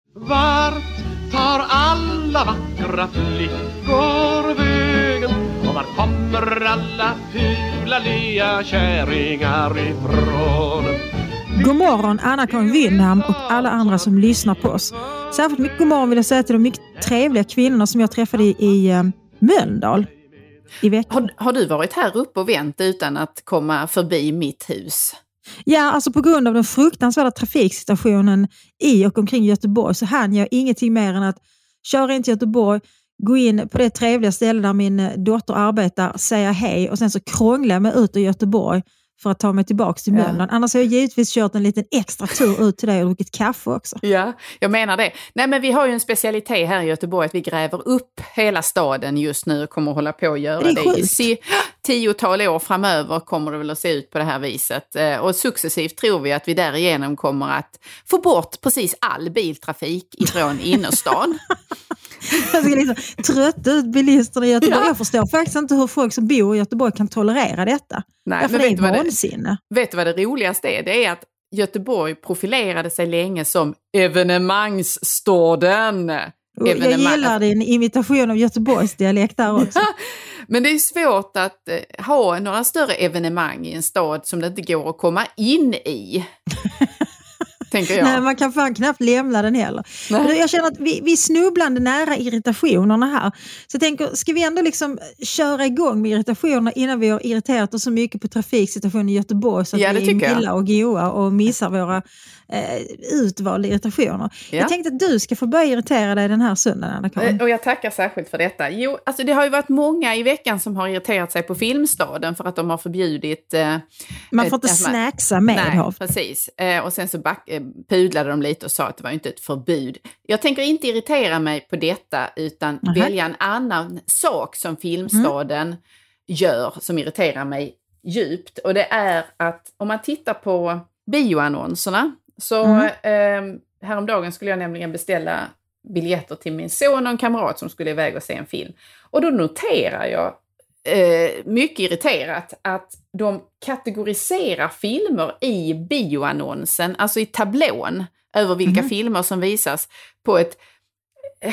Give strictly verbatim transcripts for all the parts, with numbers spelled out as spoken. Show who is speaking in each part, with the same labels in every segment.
Speaker 1: Vart tar alla vackra flickor vägen? Och var kommer alla fula lea kärringar ifrån?
Speaker 2: God morgon Anna-Karin Windham och alla andra som lyssnar på oss. Särskilt mycket god morgon vill jag säga till de mycket trevliga kvinnorna som jag träffade i, i uh, Mölndal i veckan.
Speaker 3: Har, har du varit här uppe och vänt utan att komma förbi mitt hus?
Speaker 2: Ja, alltså på grund av den fruktansvärda trafiksituationen i och omkring Göteborg så hann jag ingenting mer än att köra in till Göteborg, gå in på det trevliga stället där min dotter arbetar, säga hej och sen så krånglar jag mig ut ur Göteborg för att ta mig tillbaka till Mölndal. Ja. Annars har jag givetvis kört en liten extra tur ut till dig och druckit kaffe också.
Speaker 3: Ja, jag menar det. Nej, men vi har ju en specialitet här i Göteborg att vi gräver upp hela staden just nu och kommer att hålla på att göra det. det. I si- tiotal år framöver kommer det väl att se ut på det här viset. Och successivt tror vi att vi därigenom kommer att få bort precis all biltrafik ifrån innerstan.
Speaker 2: Jag ska liksom trötta ut bilisterna i Göteborg. Ja. Jag förstår faktiskt inte hur folk som bor i Göteborg kan tolerera detta.
Speaker 3: Nej,
Speaker 2: därför
Speaker 3: men
Speaker 2: det är vansinne.
Speaker 3: Vet du vad det roligaste är? Det är att Göteborg profilerade sig länge som evenemangsstaden.
Speaker 2: Jag gillar din imitation av Göteborgs dialekt där också.
Speaker 3: Men det är svårt att eh, ha några större evenemang i en stad som det inte går att komma in i. Tänker jag.
Speaker 2: Nej, man kan fan knappt lämna den heller. Nej. Jag känner att vi, vi är snubblande nära irritationerna här. Så jag tänker, ska vi ändå liksom köra igång med irritationerna innan vi har irriterat oss så mycket på trafiksituationen i Göteborg så att
Speaker 3: ja,
Speaker 2: vi är milda och goa och missar våra eh, utvalda irritationer. Ja. Jag tänkte att du ska få börja irritera dig den här söndagen, Anna-Karin.
Speaker 3: Och jag tackar särskilt för detta. Jo, alltså det har ju varit många i veckan som har irriterat sig på Filmstaden för att de har förbjudit... Eh,
Speaker 2: man får inte eh, snacksa med.
Speaker 3: Nej, av. Precis. Eh, och sen så back, eh, pudlade de lite och sa att det var inte ett förbud. Jag tänker inte irritera mig på detta utan uh-huh. välja en annan sak som Filmstaden mm. gör som irriterar mig djupt. Och det är att om man tittar på bioannonserna så mm. eh, häromdagen skulle jag nämligen beställa biljetter till min son och en kamrat som skulle iväg och se en film. Och då noterar jag eh, mycket irriterat att de kategoriserar filmer i bioannonsen, alltså i tablån över vilka mm. filmer som visas på ett eh,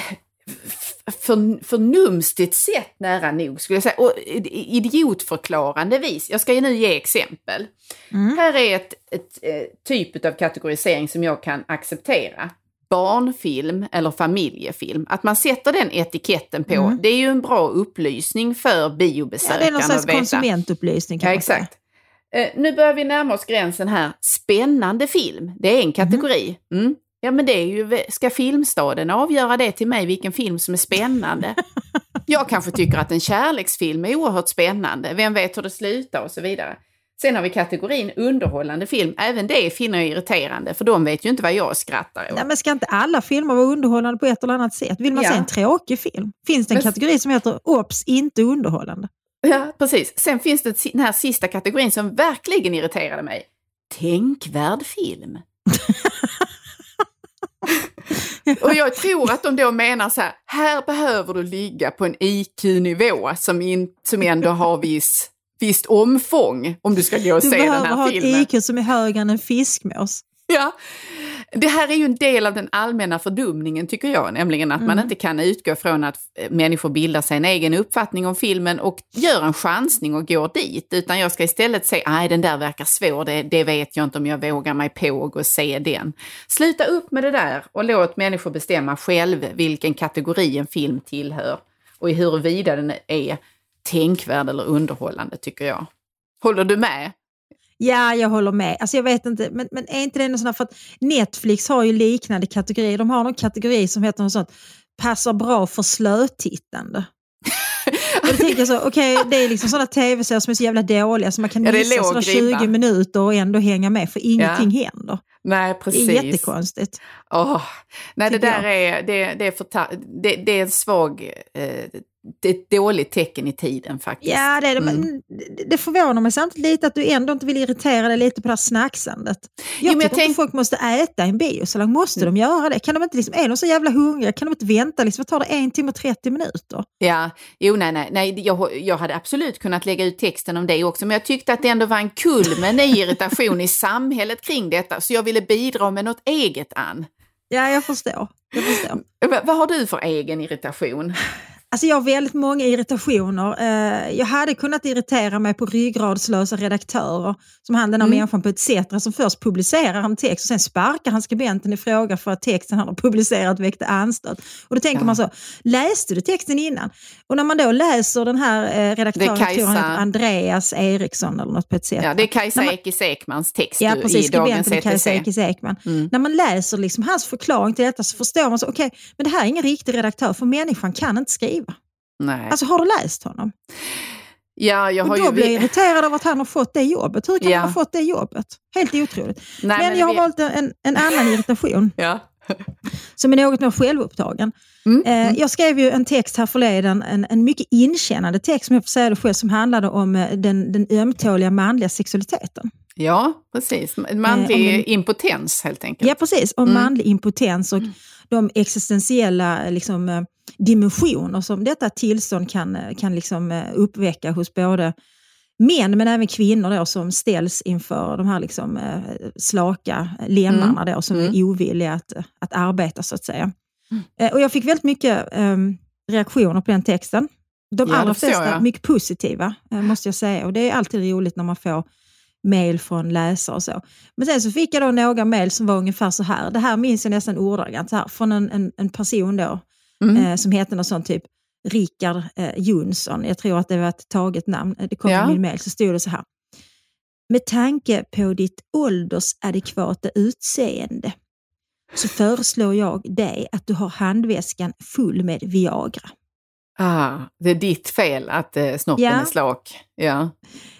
Speaker 3: för, förnumstigt sätt nära nog skulle jag säga, och idiotförklarande vis. Jag ska ju nu ge exempel. Mm. Här är ett, ett, ett typ av kategorisering som jag kan acceptera. Barnfilm eller familjefilm. Att man sätter den etiketten på, mm. det är ju en bra upplysning för biobesökarna.
Speaker 2: Ja, det är någon slags konsumentupplysning kan
Speaker 3: ja,
Speaker 2: man
Speaker 3: exakt. säga. Uh, nu börjar vi närma oss gränsen här. Spännande film, det är en kategori. Mm. Mm. Ja, men det är ju, ska Filmstaden avgöra det till mig vilken film som är spännande? Jag kanske tycker att en kärleksfilm är oerhört spännande. Vem vet hur det slutar och så vidare. Sen har vi kategorin underhållande film. Även det finner jag irriterande, för de vet ju inte vad jag skrattar åt.
Speaker 2: Nej, men ska inte alla filmer vara underhållande på ett eller annat sätt? Vill man ja. se en tråkig film? Finns det en men... kategori som heter Ops, inte underhållande?
Speaker 3: Ja, precis. Sen finns det den här sista kategorin som verkligen irriterade mig. Tänkvärd film. Och jag tror att de då menar så här, här behöver du ligga på en I Q-nivå som, in, som ändå har viss, visst omfång om du ska gå och
Speaker 2: du
Speaker 3: se den här filmen.
Speaker 2: Du behöver ha ett I Q som är högre än en fiskmås.
Speaker 3: Ja, det här är ju en del av den allmänna fördumningen tycker jag, nämligen att mm. man inte kan utgå från att människor bildar sig en egen uppfattning om filmen och gör en chansning och går dit, utan jag ska istället säga, nej den där verkar svår, det, det vet jag inte om jag vågar mig på och gå och se den. Sluta upp med det där och låt människor bestämma själv vilken kategori en film tillhör och huruvida den är tänkvärd eller underhållande tycker jag. Håller du med?
Speaker 2: Ja, jag håller med. Alltså jag vet inte, men, men är inte det något sånt, för att Netflix har ju liknande kategorier. De har någon kategori som heter något sånt, passar bra för slötittande. Och då tänker jag så, okej, okay, det är liksom sådana tv-serier som är så jävla dåliga så man kan missa ja, sådana tjugo minuter och ändå hänga med för ingenting ja. händer.
Speaker 3: Nej, precis.
Speaker 2: Det är jättekonstigt.
Speaker 3: Oh, nej, det där är, det, det, är för, det, det är en svag... Eh, det är ett dåligt tecken i tiden faktiskt.
Speaker 2: Ja, det, är det,
Speaker 3: mm.
Speaker 2: men det förvånar mig samtidigt lite att du ändå inte vill irritera dig lite på det här snacksandet. Jag jo, tycker jag tänk... att folk måste äta en bio, så långt måste mm. de göra det. Kan de inte liksom, är de så jävla hungriga, kan de inte vänta liksom, vad tar det en timme och trettio minuter?
Speaker 3: Ja, jo nej, nej, nej jag, jag hade absolut kunnat lägga ut texten om det också, men jag tyckte att det ändå var en kulmen i irritation i samhället kring detta, så jag ville bidra med något eget an.
Speaker 2: Ja, jag förstår. Jag förstår.
Speaker 3: V- vad har du för egen irritation?
Speaker 2: Alltså jag har väldigt många irritationer. Jag hade kunnat irritera mig på ryggradslösa redaktörer som han den här mm. människan på ett cetera som först publicerar en text och sen sparkar han skribenten i fråga för att texten han har publicerat väckte anstöt. Och då tänker ja. man så, läste du texten innan? Och när man då läser den här redaktören, jag tror han heter Andreas Eriksson eller något på ett cetera.
Speaker 3: Ja, det är Kajsa man, Ekis Ekmans text
Speaker 2: ja, precis,
Speaker 3: i dagens C T C.
Speaker 2: Kajsa Ekis Ekman. Mm. När man läser liksom hans förklaring till detta så förstår man så, okej, okay, men det här är ingen riktig redaktör för människan kan inte skriva.
Speaker 3: Nej.
Speaker 2: Alltså har du läst honom?
Speaker 3: Ja, jag har
Speaker 2: och då
Speaker 3: ju...
Speaker 2: blir jag irriterad av att han har fått det jobbet. Hur kan
Speaker 3: ja.
Speaker 2: han ha fått det jobbet? Helt otroligt. Nej, men, men jag har
Speaker 3: vi...
Speaker 2: valt en, en annan irritation.
Speaker 3: ja.
Speaker 2: som är något mer självupptagen. Mm. Eh, jag skrev ju en text här förleden, en, en mycket inkännande text som jag får säga det själv, som handlade om den, den ömtåliga manliga sexualiteten.
Speaker 3: Ja, precis. Manlig eh, impotens helt enkelt.
Speaker 2: Ja, precis. Om mm. manlig impotens och mm. de existentiella liksom, dimensioner som detta tillstånd kan, kan liksom uppväcka hos både män men även kvinnor då, som ställs inför de här liksom, slaka lemmarna mm. då, som mm. är ovilliga att, att arbeta så att säga. Mm. Och jag fick väldigt mycket um, reaktioner på den texten. De ja, allra flesta mycket positiva måste jag säga, och det är alltid roligt när man får mejl från läsare och så. Men sen så fick jag då några mejl som var ungefär så här. Det här minns jag nästan ordagrant här, från en, en, en person då mm. eh, som heter något sånt typ Rickard eh, Jonsson. Jag tror att det var ett taget namn. Det kom ja. i min mejl, så stod det så här. Med tanke på ditt åldersadekvata utseende så föreslår jag dig att du har handväskan full med Viagra.
Speaker 3: Ah, det är ditt fel att eh, snoppen ja. är slak. Ja.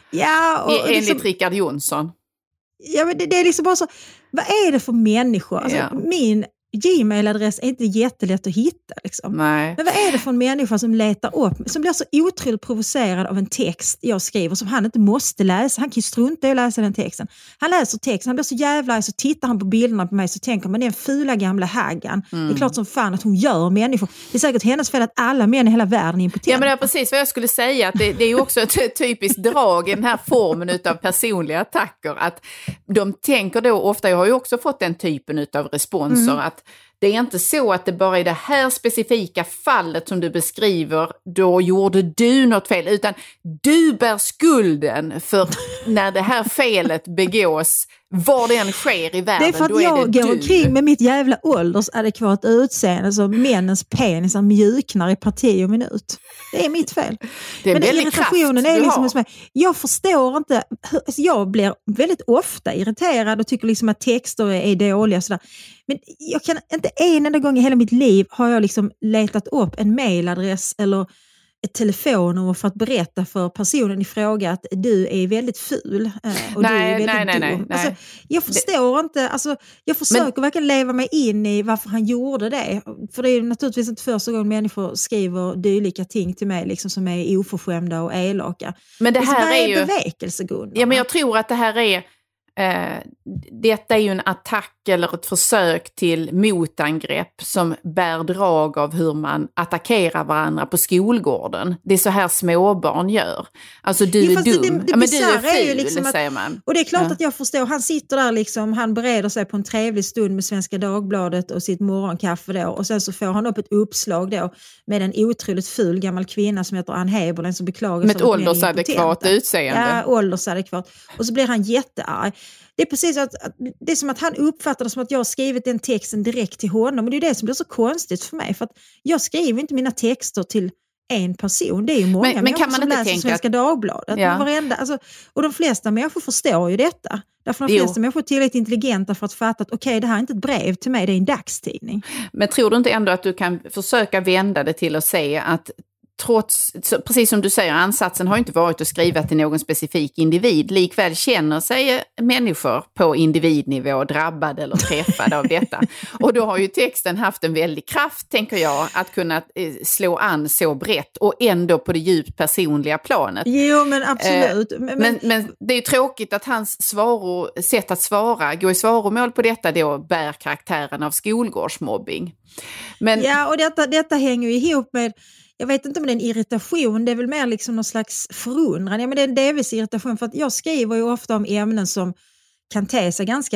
Speaker 2: Ja, och
Speaker 3: enligt
Speaker 2: liksom,
Speaker 3: Rickard Jonsson.
Speaker 2: Ja, men det, det är liksom bara så, vad är det för människor? Alltså, ja. Min Gmail-adress är inte jättelätt att hitta. Liksom.
Speaker 3: Nej.
Speaker 2: Men vad är det för en människa som letar upp, som blir så otroligt provocerad av en text jag skriver som han inte måste läsa. Han kan ju strunta i att läsa den texten. Han läser texten, han blir så jävla, så tittar han på bilderna på mig så tänker man, det är en fula gamla haggan. Mm. Det är klart som fan att hon gör människor. Det är säkert hennes fel att alla män i hela världen är impotenta.
Speaker 3: Ja, men det är precis vad jag skulle säga. Att det, det är ju också ett typiskt drag i den här formen av personliga attacker. Att de tänker då ofta, jag har ju också fått den typen av responser, mm. att det är inte så att det bara är det här specifika fallet som du beskriver, då gjorde du något fel, utan du bär skulden för när det här felet begås, var det än sker i världen.
Speaker 2: Det är för att
Speaker 3: då
Speaker 2: jag
Speaker 3: är det
Speaker 2: går omkring med mitt jävla åldersadekvat utseende så männens penisar mjuknar i parti och minut. Det är mitt fel.
Speaker 3: Det är
Speaker 2: men
Speaker 3: väldigt
Speaker 2: irritationen är liksom hos mig. Jag förstår inte, alltså jag blir väldigt ofta irriterad och tycker liksom att texter är dåliga och sådär. Men jag kan inte en enda gång i hela mitt liv har jag liksom letat upp en mailadress eller ett telefonnummer för att berätta för personen i fråga att du är väldigt ful och nej, du är väldigt
Speaker 3: nej, nej,
Speaker 2: dum.
Speaker 3: nej, nej.
Speaker 2: Alltså, jag förstår det... inte, alltså, jag försöker men... verkligen leva mig in i varför han gjorde det. För det är naturligtvis inte första gången människor skriver dylika ting till mig liksom, som är oförskämda och elaka.
Speaker 3: Men det här
Speaker 2: är,
Speaker 3: är ju
Speaker 2: bevekelsegrund.
Speaker 3: Ja, men jag tror att det här är Eh, detta är ju en attack eller ett försök till motangrepp som bär drag av hur man attackerar varandra på skolgården. Det är så här småbarn gör. Alltså du
Speaker 2: ja,
Speaker 3: är dum,
Speaker 2: det, det, det
Speaker 3: ja, men du är ful,
Speaker 2: är ju liksom att,
Speaker 3: säger man.
Speaker 2: Och det är klart
Speaker 3: ja.
Speaker 2: att jag förstår, han sitter där liksom, han bereder sig på en trevlig stund med Svenska Dagbladet och sitt morgonkaffe då, och sen så får han upp ett uppslag då med en otroligt ful gammal kvinna som heter Ann Heberlein som beklagar sig.
Speaker 3: Med ett åldersadekvat utseende.
Speaker 2: Ja, åldersadekvat. Och så blir han jättearg. Det är precis att, att det är som att han uppfattar det som att jag har skrivit den texten direkt till honom, och det är det som blir så konstigt för mig, för att jag skriver inte mina texter till en person, det är ju många
Speaker 3: men, men kan man
Speaker 2: som
Speaker 3: inte
Speaker 2: läser
Speaker 3: tänka
Speaker 2: Svenska
Speaker 3: att...
Speaker 2: Dagbladet.
Speaker 3: Ja.
Speaker 2: Varenda, alltså, och de flesta människor förstår ju detta. Därför de flesta jo. människor är tillräckligt intelligenta för att fatta att okej, okay, det här är inte ett brev till mig, det är en dagstidning.
Speaker 3: Men tror du inte ändå att du kan försöka vända det till att säga att trots, precis som du säger, ansatsen har inte varit att skriva till någon specifik individ. Likväl känner sig människor på individnivå drabbade eller träffade av detta. Och då har ju texten haft en väldig kraft, tänker jag, att kunna slå an så brett och ändå på det djupt personliga planet.
Speaker 2: Jo, men absolut.
Speaker 3: Eh, men, men, men det är ju tråkigt att hans svaro, sätt att svara, gå i svaromål på detta då bär karaktären av skolgårdsmobbing. Men,
Speaker 2: ja, och detta, detta hänger ju ihop med, jag vet inte om det är en irritation, det är väl mer liksom någon slags förundran. Ja, men det är en delvis irritation för att jag skriver ju ofta om ämnen som kan te sig ganska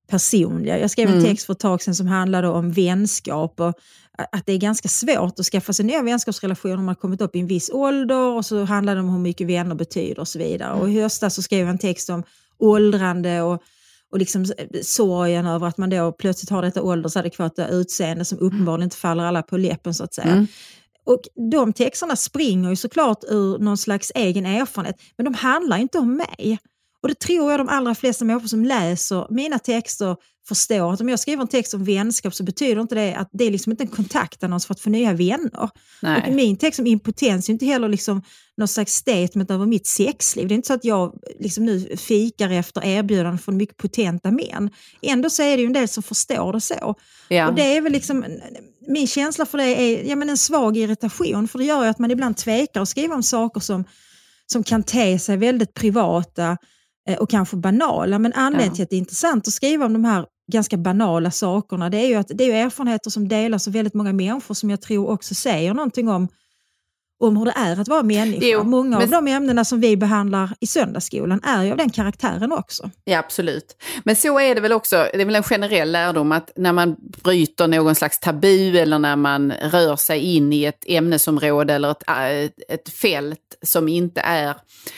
Speaker 2: personliga. Jag skrev en
Speaker 3: Mm.
Speaker 2: text för ett tag sedan som handlade om vänskap och att det är ganska svårt att skaffa sig nya vänskapsrelationer om man har kommit upp i en viss ålder, och så handlar det om hur mycket vänner betyder och så vidare. Och i höstas så skrev jag en text om åldrande och, och liksom sorgen över att man då plötsligt har detta åldersadekvata utseende som uppenbarligen inte faller alla på läppen så att säga.
Speaker 3: Mm.
Speaker 2: Och de texterna springer ju såklart ur någon slags egen erfarenhet, men de handlar inte om mig. Och det tror jag de allra flesta människor som läser mina texter förstår. Att om jag skriver en text om vänskap så betyder inte det att det är liksom inte en kontaktannons för att få nya vänner.
Speaker 3: Nej.
Speaker 2: Och min text om impotens är inte heller liksom någon slags statement över mitt sexliv. Det är inte så att jag liksom nu fikar efter erbjudanden från mycket potenta män. Ändå så är det ju en del som förstår det så.
Speaker 3: Ja.
Speaker 2: Och det är väl liksom, min känsla för det är ja, men en svag irritation. För det gör ju att man ibland tvekar att skriva om saker som, som kan te sig väldigt privata och kanske banala, men anledningen till att det är intressant att skriva om de här ganska banala sakerna, det är ju att det är ju erfarenheter som delas av väldigt många människor som jag tror också säger någonting om, om hur det är att vara människa.
Speaker 3: Jo,
Speaker 2: många
Speaker 3: men...
Speaker 2: av de ämnena som vi behandlar i söndagsskolan är ju av den karaktären också.
Speaker 3: Ja, absolut. Men så är det väl också, det är väl en generell lärdom att när man bryter någon slags tabu eller när man rör sig in i ett ämnesområde eller ett, ett fält som inte är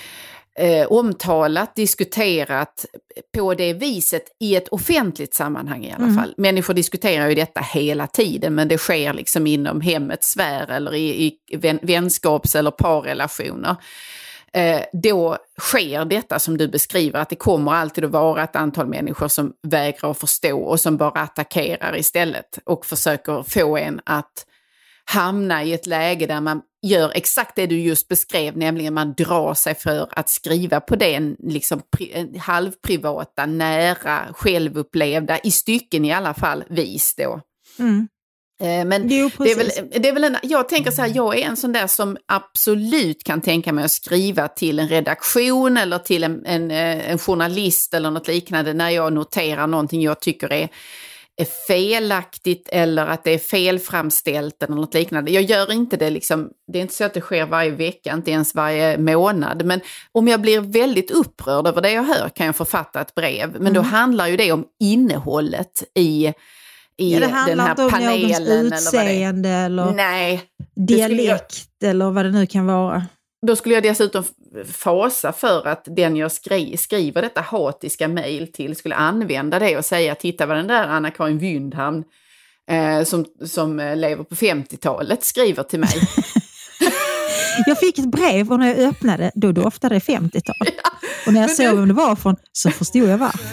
Speaker 3: Eh, omtalat, diskuterat på det viset i ett offentligt sammanhang i alla
Speaker 2: Mm.
Speaker 3: fall. Människor diskuterar ju detta hela tiden, men det sker liksom inom hemmets sfär eller i, i vän, vänskaps- eller parrelationer. Eh, då sker detta som du beskriver, att det kommer alltid att vara ett antal människor som vägrar att förstå och som bara attackerar istället och försöker få en att hamna i ett läge där man gör exakt det du just beskrev, nämligen man drar sig för att skriva på den liksom pri- halvprivata, nära, självupplevda, i stycken i alla fall, vis då.
Speaker 2: Mm.
Speaker 3: Eh, men
Speaker 2: Jo,
Speaker 3: det är väl, det är väl en, jag tänker så här, jag är en sån där som absolut kan tänka mig att skriva till en redaktion eller till en, en, en journalist eller något liknande när jag noterar någonting jag tycker är är felaktigt eller att det är felframställt eller något liknande. Jag gör inte det liksom, det är inte så att det sker varje vecka, inte ens varje månad, men om jag blir väldigt upprörd över det jag hör kan jag författa ett brev, men mm. då handlar ju det om innehållet i, i
Speaker 2: ja, det
Speaker 3: den här
Speaker 2: om
Speaker 3: panelen.
Speaker 2: Det utseende eller,
Speaker 3: eller, Nej,
Speaker 2: dialekt jag... eller vad det nu kan vara.
Speaker 3: Då skulle jag dessutom fasa för att den jag skri- skriver detta hatiska mejl till skulle använda det och säga, titta vad den där Anna-Karin Wyndhamn eh, som, som lever på femtiotalet skriver till mig.
Speaker 2: Jag fick ett brev och när jag öppnade då doftade det femtiotal.
Speaker 3: Ja,
Speaker 2: och när jag såg
Speaker 3: du...
Speaker 2: vem det var från så förstod jag varför.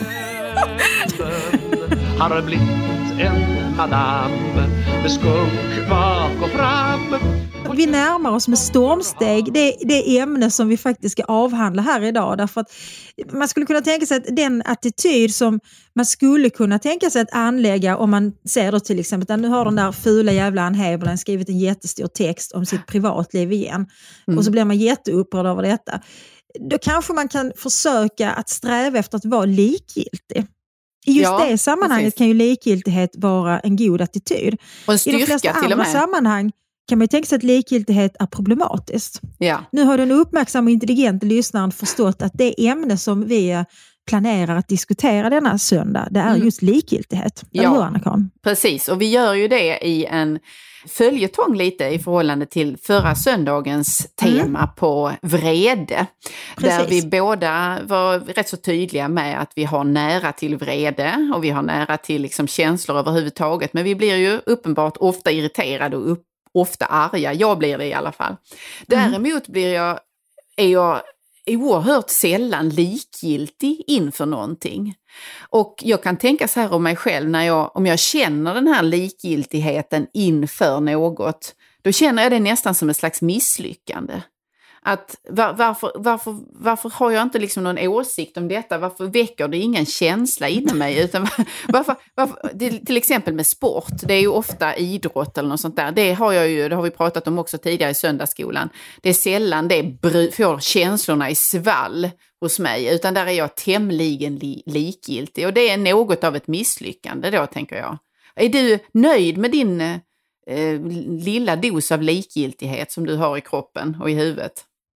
Speaker 1: Har blivit en madame med skunk bak och fram.
Speaker 2: Vi närmar oss med stormsteg det, det ämne som vi faktiskt ska avhandla här idag. Därför att man skulle kunna tänka sig att den attityd som man skulle kunna tänka sig att anlägga om man ser då till exempel att nu har den där fula jävla Ann Heberlein skrivit en jättestor text om sitt privatliv igen. Mm. Och så blir man jätteupprörd över detta. Då kanske man kan försöka att sträva efter att vara likgiltig. I just ja, det sammanhanget precis. Kan ju likgiltighet vara en god attityd.
Speaker 3: Och en styrka. I de flesta till
Speaker 2: andra
Speaker 3: och med.
Speaker 2: Sammanhang kan man ju tänka sig att likgiltighet är problematiskt.
Speaker 3: Ja.
Speaker 2: Nu har den uppmärksamma och intelligenta lyssnaren förstått att det ämne som vi planerar att diskutera denna söndag, det är mm. just likgiltighet.
Speaker 3: Ja,
Speaker 2: hur, Anna-Karin?
Speaker 3: Precis. Och vi gör ju det i en följetong lite i förhållande till förra söndagens tema mm. på vrede. Precis. Där vi båda var rätt så tydliga med att vi har nära till vrede och vi har nära till liksom känslor överhuvudtaget. Men vi blir ju uppenbart ofta irriterade och upp, ofta arga. Jag blir det i alla fall. Mm. Däremot blir jag, är jag oerhört sällan likgiltig inför någonting. Och jag kan tänka så här om mig själv, när jag, om jag känner den här likgiltigheten inför något, då känner jag det nästan som ett slags misslyckande. Att var, varför, varför, varför har jag inte liksom någon åsikt om detta? Varför väcker det ingen känsla inom mig? Utan varför, varför, det, till exempel med sport, det är ju ofta idrott eller något sånt där. Det har jag ju, det har vi pratat om också tidigare i söndagsskolan. Det är sällan det bry, får känslorna i svall hos mig, utan där är jag tämligen li, likgiltig. Och det är något av ett misslyckande då, tänker jag. Är du nöjd med din eh, lilla dos av likgiltighet som du har i kroppen och i huvudet?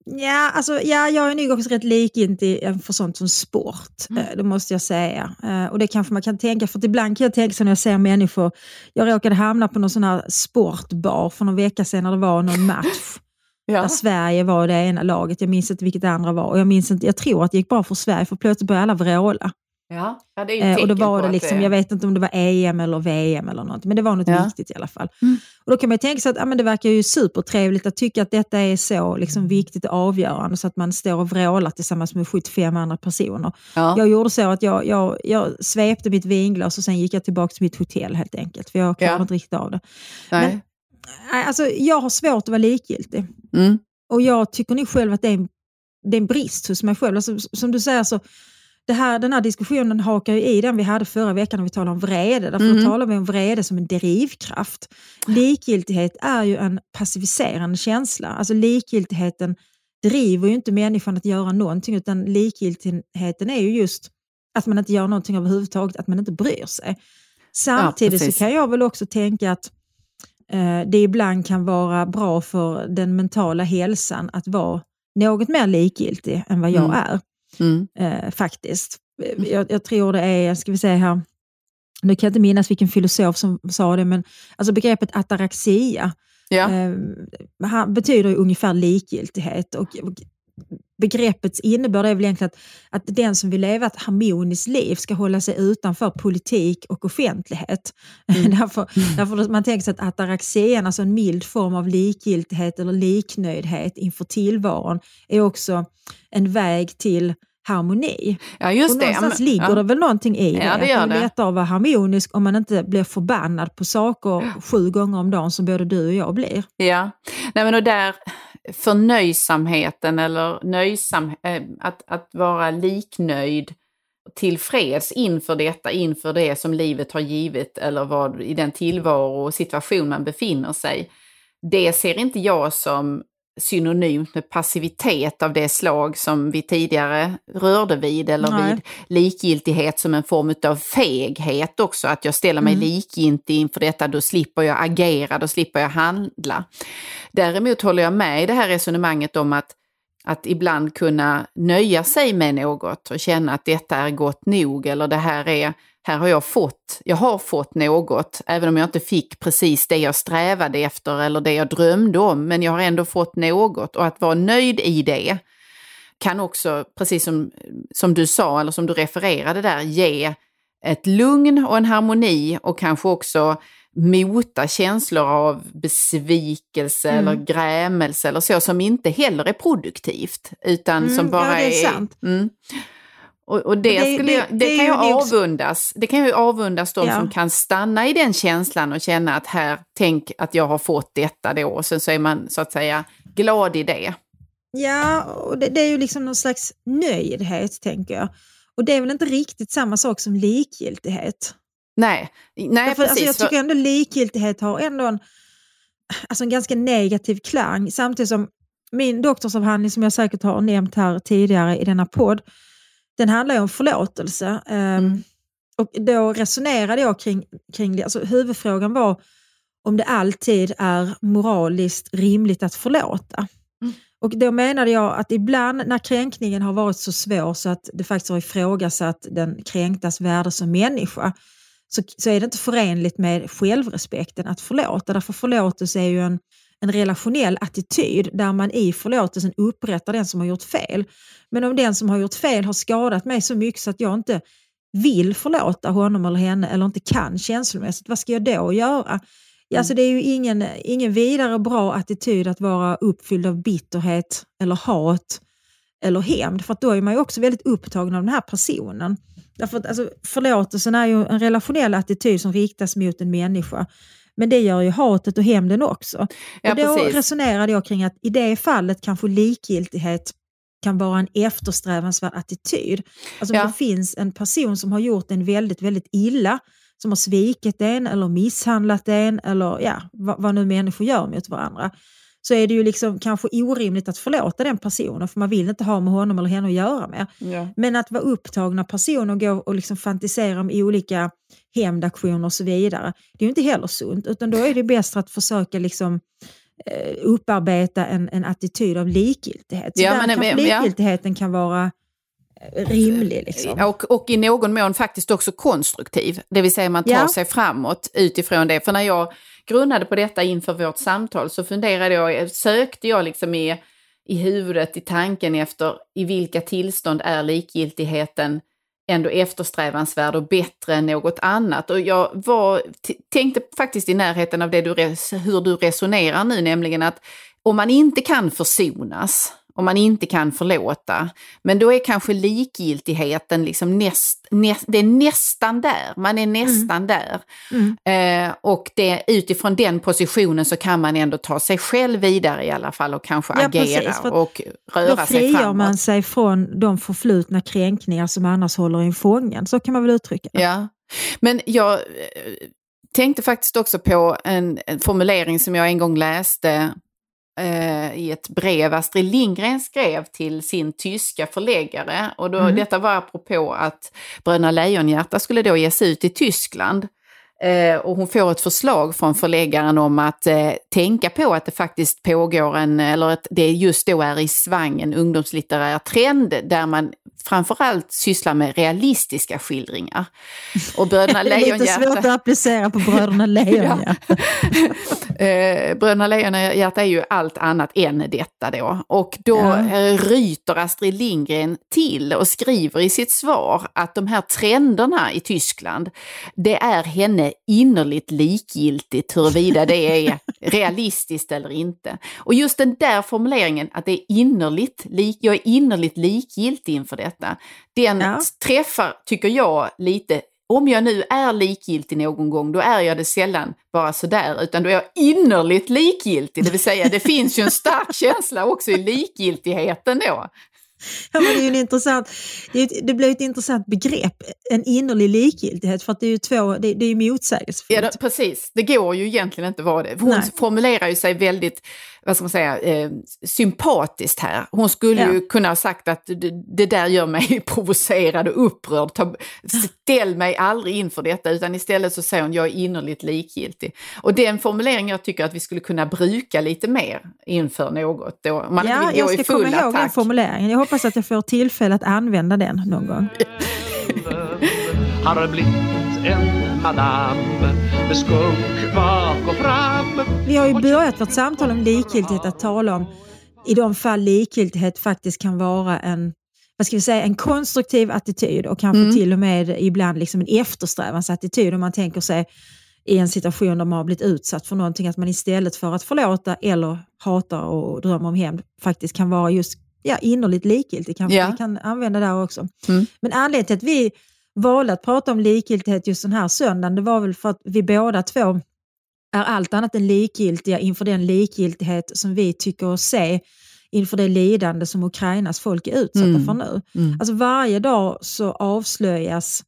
Speaker 2: Ja, alltså, ja, jag är nog också rätt likgiltig för sånt som sport, mm. det måste jag säga. Och det kanske man kan tänka, för ibland kan jag tänka så när jag ser människor. Jag råkade hamna på någon sån här sportbar för någon vecka sedan när det var någon match. Ja. Där Sverige var det ena laget, jag minns inte vilket det andra var. Och jag minns inte, jag tror att det gick bra för Sverige, för plötsligt började alla vråla.
Speaker 3: Ja, ja, det är ju
Speaker 2: eh, och då var det liksom,
Speaker 3: det...
Speaker 2: jag vet inte om det var E M eller V M eller något, men det var något ja. viktigt i alla fall. Mm. Och då kan man ju tänka sig att ja, men det verkar ju supertrevligt att tycka att detta är så liksom, viktigt och avgörande så att man står och vrålar tillsammans med sjuttiofem andra personer. Ja. Jag gjorde så att jag, jag, jag svepte mitt vinglas och sen gick jag tillbaka till mitt hotell helt enkelt, för jag klarade ja. inte riktigt av det. Nej. Men alltså, jag har svårt att vara likgiltig. Mm. Och jag tycker nog själv att det är en, det är en brist hos mig själv. Alltså, som du säger så Det här, den här diskussionen hakar ju i den vi hade förra veckan när vi talade om vrede. Därför mm. talar vi om vrede som en drivkraft. Likgiltighet är ju en passiviserande känsla. Alltså likgiltigheten driver ju inte människan att göra någonting, utan likgiltigheten är ju just att man inte gör någonting överhuvudtaget, att man inte bryr sig. Samtidigt ja, så kan jag väl också tänka att eh, det ibland kan vara bra för den mentala hälsan att vara något mer likgiltig än vad jag mm. är. Mm. Eh, faktiskt. Jag, jag tror det är, ska vi säga här, nu kan jag inte minnas vilken filosof som sa det, men alltså begreppet ataraxia ja. eh, betyder ju ungefär likgiltighet, och, och begreppets innebörd är väl egentligen att, att den som vill leva ett harmoniskt liv ska hålla sig utanför politik och offentlighet. Mm. därför, mm. därför man tänker sig att ataraxian, alltså en mild form av likgiltighet eller liknöjdhet inför tillvaron, är också en väg till harmoni. Ja, just och det. Någonstans men, ligger ja. det väl någonting i det. Ja, det gör att det är lättare att vara harmonisk om man inte blir förbannad på saker ja. sju gånger om dagen som både du och jag blir.
Speaker 3: Ja, nej men och där förnöjsamheten eller nöjsam, äh, att, att vara liknöjd, tillfreds inför detta, inför det som livet har givit eller vad i den tillvaro och situation man befinner sig. Det ser inte jag som synonymt med passivitet av det slag som vi tidigare rörde vid, eller Nej. vid likgiltighet som en form av feghet också, att jag ställer mig mm. likgiltig inför detta, då slipper jag agera, då slipper jag handla. Däremot håller jag med i det här resonemanget om att, att ibland kunna nöja sig med något och känna att detta är gott nog, eller det här är Här har jag fått, jag har fått något, även om jag inte fick precis det jag strävade efter eller det jag drömde om, men jag har ändå fått något, och att vara nöjd i det kan också, precis som, som du sa eller som du refererade där, ge ett lugn och en harmoni, och kanske också mota känslor av besvikelse mm. eller grämelse eller så, som inte heller är produktivt, utan mm, som bara ja, det är... är sant. Mm. Och, och det, det, skulle jag, det, det, det kan ju avundas. Det kan ju avundas de ja. som kan stanna i den känslan och känna att här, tänk att jag har fått detta då. Och sen så är man så att säga glad i det.
Speaker 2: Ja, och det, det är ju liksom någon slags nöjdhet, tänker jag. Och det är väl inte riktigt samma sak som likgiltighet.
Speaker 3: Nej, nej
Speaker 2: Därför, precis. Alltså, jag tycker ändå likgiltighet har ändå en, alltså en ganska negativ klang. Samtidigt som min doktorsavhandling, som jag säkert har nämnt här tidigare i denna podd, den handlar ju om förlåtelse. Mm. Och då resonerade jag kring, kring det. Alltså, huvudfrågan var om det alltid är moraliskt rimligt att förlåta. Mm. Och då menade jag att ibland när kränkningen har varit så svår så att det faktiskt har ifrågasatt den kränktas värde som människa, så, så är det inte förenligt med självrespekten att förlåta. Därför förlåtelse är ju en en relationell attityd där man i förlåtelsen upprättar den som har gjort fel. Men om den som har gjort fel har skadat mig så mycket så att jag inte vill förlåta honom eller henne, eller inte kan känslomässigt, vad ska jag då göra? Mm. Alltså det är ju ingen, ingen vidare bra attityd att vara uppfylld av bitterhet eller hat eller hämnd, för att då är man ju också väldigt upptagen av den här personen. Därför att alltså, förlåtelsen är ju en relationell attityd som riktas mot en människa. Men det gör ju hatet och hämnden också. Ja, och då precis. resonerade jag kring att i det fallet kanske likgiltighet kan vara en eftersträvansvärd attityd. Alltså ja. om det finns en person som har gjort en väldigt, väldigt illa, som har svikit en eller misshandlat en, eller ja, vad, vad nu människor gör mot varandra, så är det ju liksom kanske orimligt att förlåta den personen, för man vill inte ha med honom eller henne att göra med. Ja. Men att vara upptagna personer och gå och liksom fantisera om olika hämndaktioner och så vidare, det är ju inte heller sunt, utan då är det bäst att försöka liksom eh, upparbeta en, en attityd av likgiltighet. Så
Speaker 3: ja,
Speaker 2: där
Speaker 3: men,
Speaker 2: kanske
Speaker 3: men,
Speaker 2: likgiltigheten ja. kan vara rimlig. Liksom.
Speaker 3: Och, och i någon mån faktiskt också konstruktiv. Det vill säga man tar
Speaker 2: ja.
Speaker 3: sig framåt utifrån det. För när jag grundade på detta inför vårt samtal så funderade jag, sökte jag liksom i, i huvudet, i tanken efter i vilka tillstånd är likgiltigheten ändå eftersträvansvärd och bättre än något annat. Och jag var, t- tänkte faktiskt i närheten av det du res- hur du resonerar nu, nämligen att om man inte kan försonas, om man inte kan förlåta, men då är kanske likgiltigheten liksom näst, näst, det är nästan där, man är nästan mm. där. Mm. Eh, och det, utifrån den positionen så kan man ändå ta sig själv vidare i alla fall och kanske ja, agera precis, och röra sig framåt. Då frigör
Speaker 2: man sig från de förflutna kränkningar som annars håller en fången, så kan man väl uttrycka det.
Speaker 3: Ja, men jag tänkte faktiskt också på en, en formulering som jag en gång läste i ett brev Astrid Lindgren skrev till sin tyska förläggare, och då, mm. detta var apropå att Bröderna Lejonhjärta skulle då ges ut i Tyskland. Eh, och hon får ett förslag från förläggaren om att eh, tänka på att det faktiskt pågår en, eller att det just då är i svang en ungdomslitterär trend där man framförallt sysslar med realistiska skildringar. Och Bröderna Lejonhjärta... Det är lite svårt att applicera på Bröderna Lejonhjärta. eh, Bröderna Lejonhjärta är ju allt annat än detta då. Och då ja. ryter Astrid Lindgren till och skriver i sitt svar att de här trenderna i Tyskland, det är henne innerligt likgiltigt huruvida det är realistiskt eller inte. Och just den där formuleringen att det är innerligt, lik, jag är innerligt likgiltig inför detta, den ja. träffar, tycker jag, lite. Om jag nu är likgiltig någon gång, då är jag det sällan bara sådär, utan då är jag innerligt likgiltig. Det vill säga, det finns ju en stark känsla också i likgiltigheten då.
Speaker 2: Ja, men det är ju en intressant, det, är, det blir ett intressant begrepp, en innerlig likgiltighet, för att det är ju två, det, det är ju motsägelsefullt.
Speaker 3: Ja, det, precis. Det går ju egentligen inte vara det. Hon Nej. formulerar ju sig väldigt, vad ska man säga, eh, sympatiskt här. Hon skulle ja. ju kunna ha sagt att det, det där gör mig provocerad och upprörd. Ta, ställ mig aldrig inför detta, utan istället så säger hon, jag är innerligt likgiltig. Och den formuleringen jag tycker att vi skulle kunna bruka lite mer inför något. Då. Man
Speaker 2: ja,
Speaker 3: vill gå
Speaker 2: jag ska
Speaker 3: i full
Speaker 2: komma ihåg
Speaker 3: attack.
Speaker 2: Den formuleringen. Jag hoppas att jag får tillfälle att använda den någon gång.
Speaker 1: Har blivit en madame med skunk bak och fram.
Speaker 2: Vi har ju börjat vårt samtal om likgiltighet att tala om i de fall likgiltighet faktiskt kan vara en, vad ska vi säga, en konstruktiv attityd och kanske mm. till och med ibland liksom en eftersträvansattityd om man tänker sig i en situation där man har blivit utsatt för någonting, att man istället för att förlåta eller hata och drömma om hämnd faktiskt kan vara just ja, innerligt likgiltig. Kanske ja. vi kan använda där också. Mm. Men anledningen till att vi valde att prata om likgiltighet just den här söndagen, det var väl för att vi båda två är allt annat än likgiltiga inför den likgiltighet som vi tycker oss se inför det lidande som Ukrainas folk är utsatta mm. för nu. Mm. Alltså varje dag så avslöjas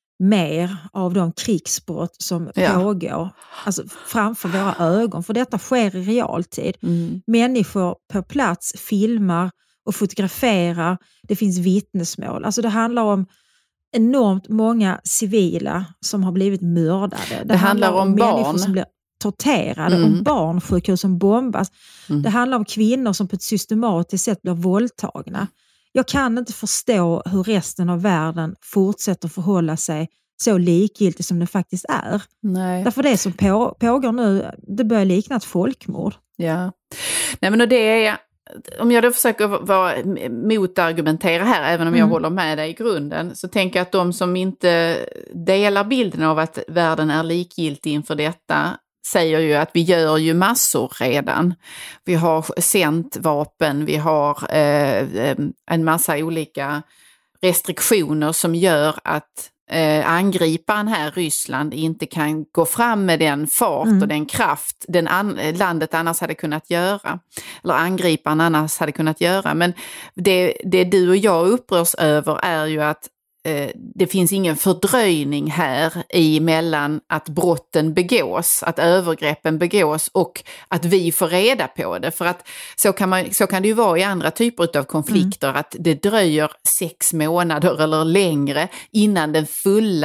Speaker 2: mer av de krigsbrott som ja. pågår alltså framför våra ögon. För detta sker i realtid. Mm. Människor på plats filmar och fotograferar. Det finns vittnesmål. Alltså det handlar om enormt många civila som har blivit mördade. Det,
Speaker 3: det handlar, handlar om, om barn
Speaker 2: människor som blir torterade, mm. om barnsjukhus som bombas. Mm. Det handlar om kvinnor som på ett systematiskt sätt blir våldtagna. Jag kan inte förstå hur resten av världen fortsätter förhålla sig så likgiltigt som det faktiskt är.
Speaker 3: Nej.
Speaker 2: Därför det som på, pågår nu, det börjar likna ett folkmord.
Speaker 3: Ja, nej men det är, om jag då försöker vara motargumentera här, även om jag mm. håller med dig i grunden, så tänker jag att de som inte delar bilden av att världen är likgiltig inför detta säger ju att vi gör ju massor redan. Vi har sänt vapen, vi har eh, en massa olika restriktioner som gör att eh, angriparen här, Ryssland, inte kan gå fram med den fart mm. och den kraft den an- landet annars hade kunnat göra. Eller angriparen annars hade kunnat göra. Men det, det du och jag upprörs över är ju att det finns ingen fördröjning här i mellan att brotten begås, att övergreppen begås och att vi får reda på det. För att så kan, man, så kan det ju vara i andra typer av konflikter, mm. att det dröjer sex månader eller längre innan den fulla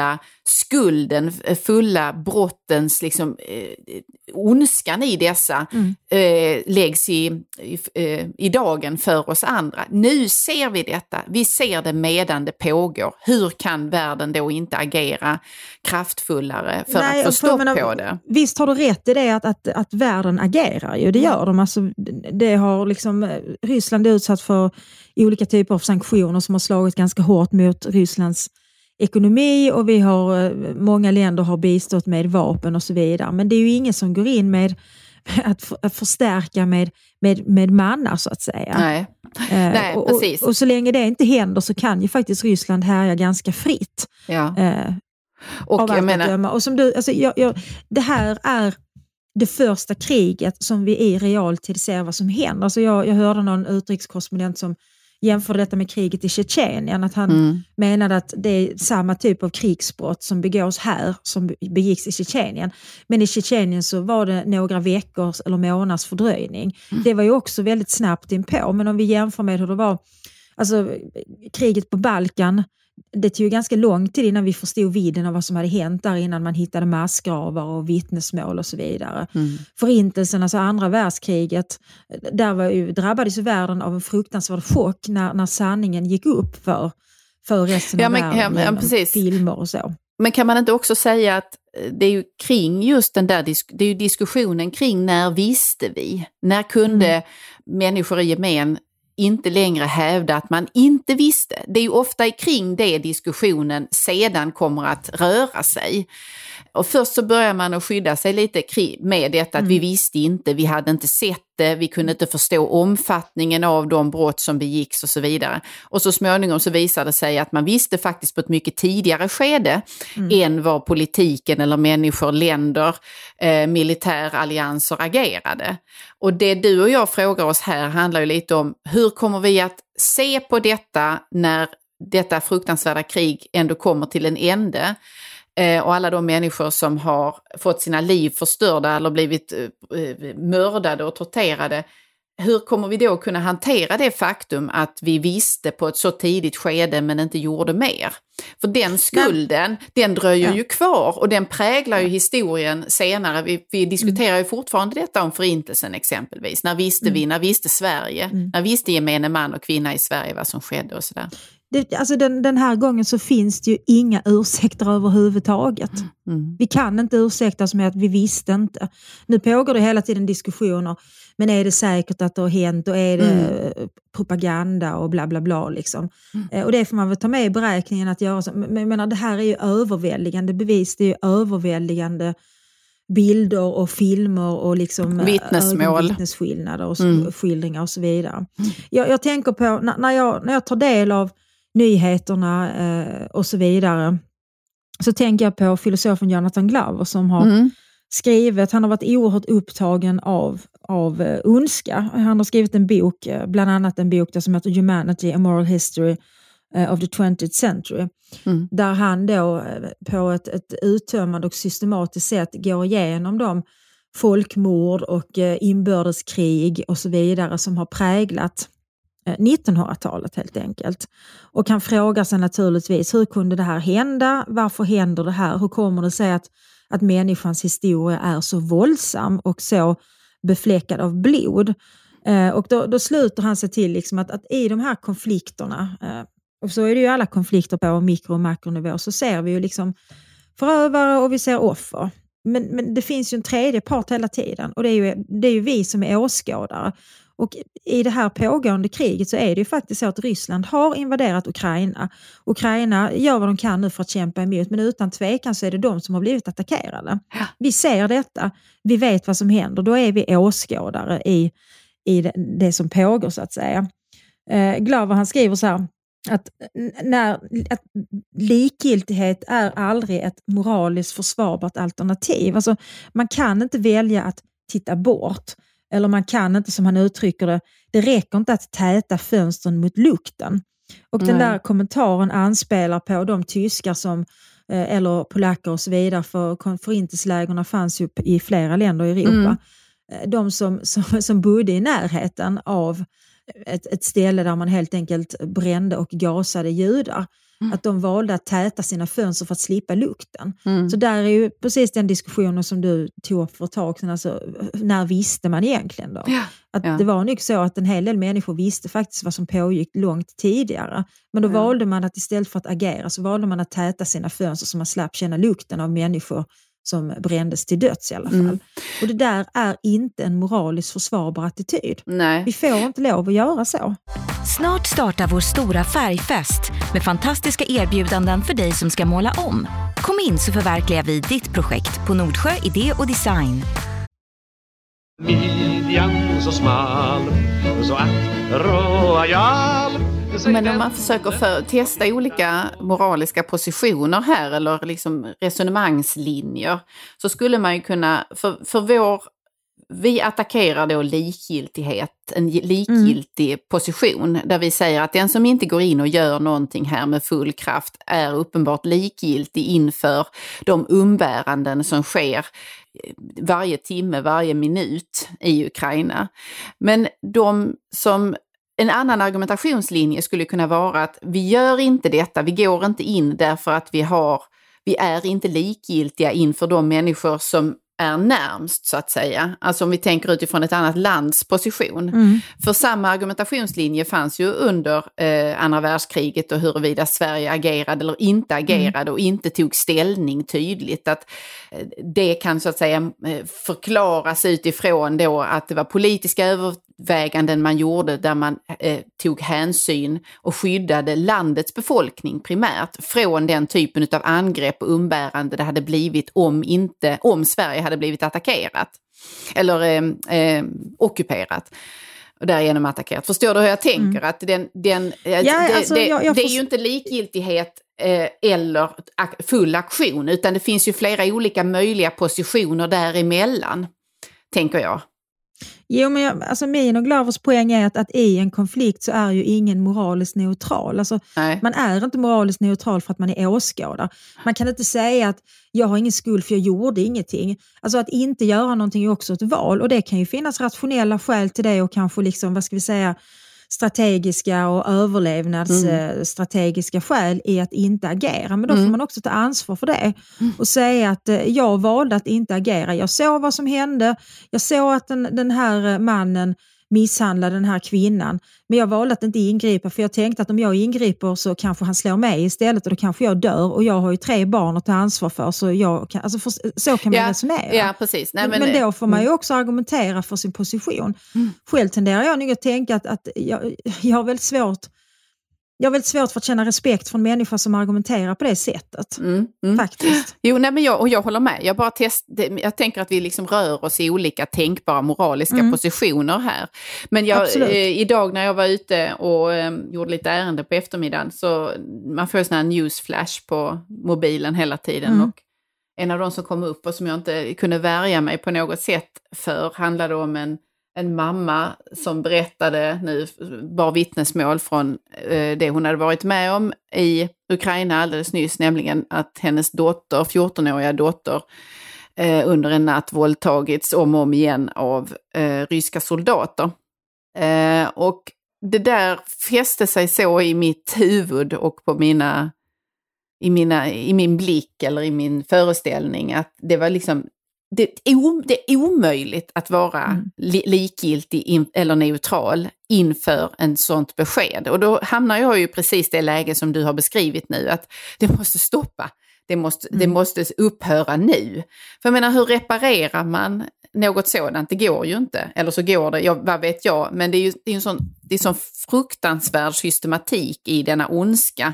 Speaker 3: skulden, fulla brottens liksom, eh, ondskan i dessa mm. eh, läggs i, i, eh, i dagen för oss andra. Nu ser vi detta, vi ser det medan det pågår. Hur kan världen då inte agera kraftfullare för Nej, att få stopp menar, på det?
Speaker 2: Visst har du rätt i det att, att, att världen agerar ju, det gör de. Alltså, det har liksom, Ryssland är utsatt för olika typer av sanktioner som har slagit ganska hårt mot Rysslands ekonomi, och vi har, många länder har bistått med vapen och så vidare. Men det är ju ingen som går in med att, att förstärka med, med, med mannar så att säga.
Speaker 3: Nej, eh, Nej
Speaker 2: och,
Speaker 3: precis.
Speaker 2: Och, och så länge det inte händer så kan ju faktiskt Ryssland härja ganska fritt.
Speaker 3: Ja.
Speaker 2: Eh,
Speaker 3: och jag menar...
Speaker 2: Och som du, alltså, jag, jag, det här är det första kriget som vi i realtid ser vad som händer. Alltså jag, jag hörde någon utrikeskorrespondent som jämförde detta med kriget i Tjetjenien, att han mm. menade att det är samma typ av krigsbrott som begås här som begicks i Tjetjenien. Men i Tjetjenien så var det några veckors eller månaders fördröjning. Mm. Det var ju också väldigt snabbt inpå, men om vi jämför med hur det var, alltså kriget på Balkan, det tog ju ganska lång tid innan vi förstod vidden av vad som hade hänt där, innan man hittade massgravar och vittnesmål och så vidare. Mm. Förintelsen, alltså andra världskriget, där var ju, drabbades ju världen av en fruktansvärd chock när, när sanningen gick upp för, för resten
Speaker 3: ja,
Speaker 2: av
Speaker 3: men,
Speaker 2: världen,
Speaker 3: ja, men, precis.
Speaker 2: filmer och så.
Speaker 3: Men kan man inte också säga att det är ju kring just den där, det är ju diskussionen kring när visste vi? När kunde mm. människor i gemen inte längre hävda att man inte visste. Det är ju ofta kring det diskussionen sedan kommer att röra sig. Och först så börjar man att skydda sig lite med detta att mm. vi visste inte, vi hade inte sett det, vi kunde inte förstå omfattningen av de brott som begicks och så vidare. Och så småningom så visade det sig att man visste faktiskt på ett mycket tidigare skede mm. än vad politiken eller människor, länder, eh, militärallianser agerade. Och det du och jag frågar oss här handlar ju lite om hur kommer vi att se på detta när detta fruktansvärda krig ändå kommer till en ände. Och alla de människor som har fått sina liv förstörda eller blivit mördade och torterade. Hur kommer vi då kunna hantera det faktum att vi visste på ett så tidigt skede men inte gjorde mer? För den skulden, ja. den dröjer ja. ju kvar och den präglar ju historien senare. Vi, vi diskuterar ju fortfarande detta om förintelsen exempelvis. När visste mm. vi, när visste Sverige? Mm. När visste gemene man och kvinna i Sverige vad som skedde och sådär?
Speaker 2: Det, alltså den, den här gången så finns det ju inga ursäkter överhuvudtaget. Mm. Vi kan inte ursäkta oss med att vi visste inte. Nu pågår det hela tiden diskussioner. Men är det säkert att det har hänt och är det mm. propaganda och bla bla bla liksom. Mm. Och det får man väl ta med i beräkningen att göra så. Men jag menar, det här är ju överväldigande bevis. Det är ju överväldigande bilder och filmer och liksom
Speaker 3: vittnesmål,
Speaker 2: vittnesskillnader och mm. skildringar och så vidare. Mm. Jag, jag tänker på när, när, jag, när jag tar del av nyheterna eh, och så vidare, så tänker jag på filosofen Jonathan Glover som har mm. skrivit, han har varit oerhört upptagen av, av uh, ondska. Han har skrivit en bok, uh, bland annat en bok där som heter Humanity, A Moral History uh, of the twentieth century. Mm. Där han då uh, på ett, ett uttömmande och systematiskt sätt går igenom de folkmord och uh, inbördeskrig och så vidare som har präglat nittonhundratalet helt enkelt. Och kan fråga sig naturligtvis, hur kunde det här hända? Varför händer det här? Hur kommer det sig att, att människans historia är så våldsam och så befläckad av blod? Eh, och då, då sluter han sig till liksom att, att i de här konflikterna, eh, och så är det ju alla konflikter på mikro- och makronivå, så ser vi ju liksom förövare och vi ser offer. Men, men det finns ju en tredje part hela tiden, och det är ju, det är ju vi som är åskådare. Och i det här pågående kriget så är det ju faktiskt så att Ryssland har invaderat Ukraina. Ukraina gör vad de kan nu för att kämpa emot, men utan tvekan så är det de som har blivit attackerade. Ja. Vi ser detta, vi vet vad som händer, då är vi åskådare i, i det, det som pågår så att säga. Eh, Glover, han skriver så här, att, när, att likgiltighet är aldrig ett moraliskt försvarbart alternativ. Alltså, man kan inte välja att titta bort. Eller man kan inte, som han uttrycker det, det räcker inte att täta fönstren mot lukten. Och mm. den där kommentaren anspelar på de tyskar som, eller polacker och så vidare, för förintelselägerna fanns ju i flera länder i Europa. Mm. De som, som, som bodde i närheten av ett, ett ställe där man helt enkelt brände och gasade judar. Mm. Att de valde att täta sina fönster för att slippa lukten.
Speaker 3: Mm.
Speaker 2: Så där är ju precis den diskussionen som du tog upp för ett tag sedan. Alltså, när visste man egentligen då?
Speaker 3: Ja.
Speaker 2: Att
Speaker 3: Ja.
Speaker 2: det var nog så att en hel del människor visste faktiskt vad som pågick långt tidigare. Men då
Speaker 3: Ja.
Speaker 2: valde man att istället för att agera så valde man att täta sina fönster så man slapp känna lukten av människor som brändes till döds i alla fall.
Speaker 3: Mm.
Speaker 2: Och det där är inte en moraliskt försvarbar attityd.
Speaker 3: Nej.
Speaker 2: Vi får inte lov att göra så.
Speaker 4: Snart startar vår stora färgfest med fantastiska erbjudanden för dig som ska måla om. Kom in så förverkligar vi ditt projekt på Nordsjö Idé och Design.
Speaker 1: Midjan så smal, så att royal.
Speaker 3: Men om man försöker för, testa olika moraliska positioner här eller liksom resonemangslinjer så skulle man ju kunna, för, för vår, vi attackerar då likgiltighet, en likgiltig mm. position där vi säger att den som inte går in och gör någonting här med full kraft är uppenbart likgiltig inför de umbäranden som sker varje timme, varje minut i Ukraina. Men de som En annan argumentationslinje skulle kunna vara att vi gör inte detta, vi går inte in därför att vi har, vi är inte likgiltiga inför de människor som är närmst så att säga. Alltså om vi tänker utifrån ett annat lands position. Mm. För samma argumentationslinje fanns ju under eh, andra världskriget och huruvida Sverige agerade eller inte agerade mm. och inte tog ställning tydligt. Att eh, det kan så att säga förklaras utifrån då att det var politiska överväganden man gjorde där man eh, tog hänsyn och skyddade landets befolkning primärt från den typen av angrepp och umbärande det hade blivit om inte, om Sverige hade blivit attackerat eller eh, eh, ockuperat och därigenom attackerat. Förstår du hur jag tänker? Mm. Att den, den, ja, det, alltså, det, jag, jag det är ju inte likgiltighet eh, eller ak- full aktion utan det finns ju flera olika möjliga positioner däremellan, tänker jag.
Speaker 2: Jo, men jag, alltså min och Glavers poäng är att, att i en konflikt så är ju ingen moraliskt neutral. Alltså, man är inte moraliskt neutral för att man är åskådare. Man kan inte säga att jag har ingen skuld för jag gjorde ingenting. Alltså att inte göra någonting är också ett val och det kan ju finnas rationella skäl till det och kanske liksom, vad ska vi säga, strategiska och överlevnadsstrategiska mm. skäl i att inte agera. Men då får mm. man också ta ansvar för det och säga att eh, jag valde att inte agera. Jag såg vad som hände. Jag såg att den, den här mannen misshandlade den här kvinnan. Men jag valde att inte ingripa för jag tänkte att om jag ingriper så kanske han slår mig istället och då kanske jag dör och jag har ju tre barn att ta ansvar för så, jag kan, alltså för, så kan man
Speaker 3: ja,
Speaker 2: resonera.
Speaker 3: Ja, precis. Nej, men,
Speaker 2: men då får man ju också argumentera för sin position. Mm. Själv tenderar jag nog att tänka att, att jag, jag har väldigt svårt Jag har väldigt svårt för att känna respekt från människor som argumenterar på det sättet. Mm, mm. Faktiskt.
Speaker 3: Jo, nej, men jag, och jag håller med. Jag, bara test, jag tänker att vi liksom rör oss i olika tänkbara moraliska mm. positioner här. Men jag, eh, idag när jag var ute och eh, gjorde lite ärende på eftermiddagen så man får sån här newsflash på mobilen hela tiden. Mm. Och en av de som kom upp och som jag inte kunde värja mig på något sätt för handlade om en En mamma som berättade nu, bar vittnesmål från eh, det hon hade varit med om i Ukraina alldeles nyss, nämligen att hennes dotter, fjortonåriga dotter, eh, under en natt våldtagits om och om igen av eh, ryska soldater. Eh, och det där fäste sig så i mitt huvud och på mina, i, mina, i min blick eller i min föreställning att det var liksom Det är, o, det är omöjligt att vara mm. li, likgiltig in, eller neutral inför en sånt besked. Och då hamnar jag ju precis det läge som du har beskrivit nu, att det måste stoppa. Det måste, mm. det måste upphöra nu. För jag menar, hur reparerar man något sådant? Det går ju inte. Eller så går det, jag, vad vet jag. Men det är ju det är en sån, det är sån fruktansvärd systematik i denna ondska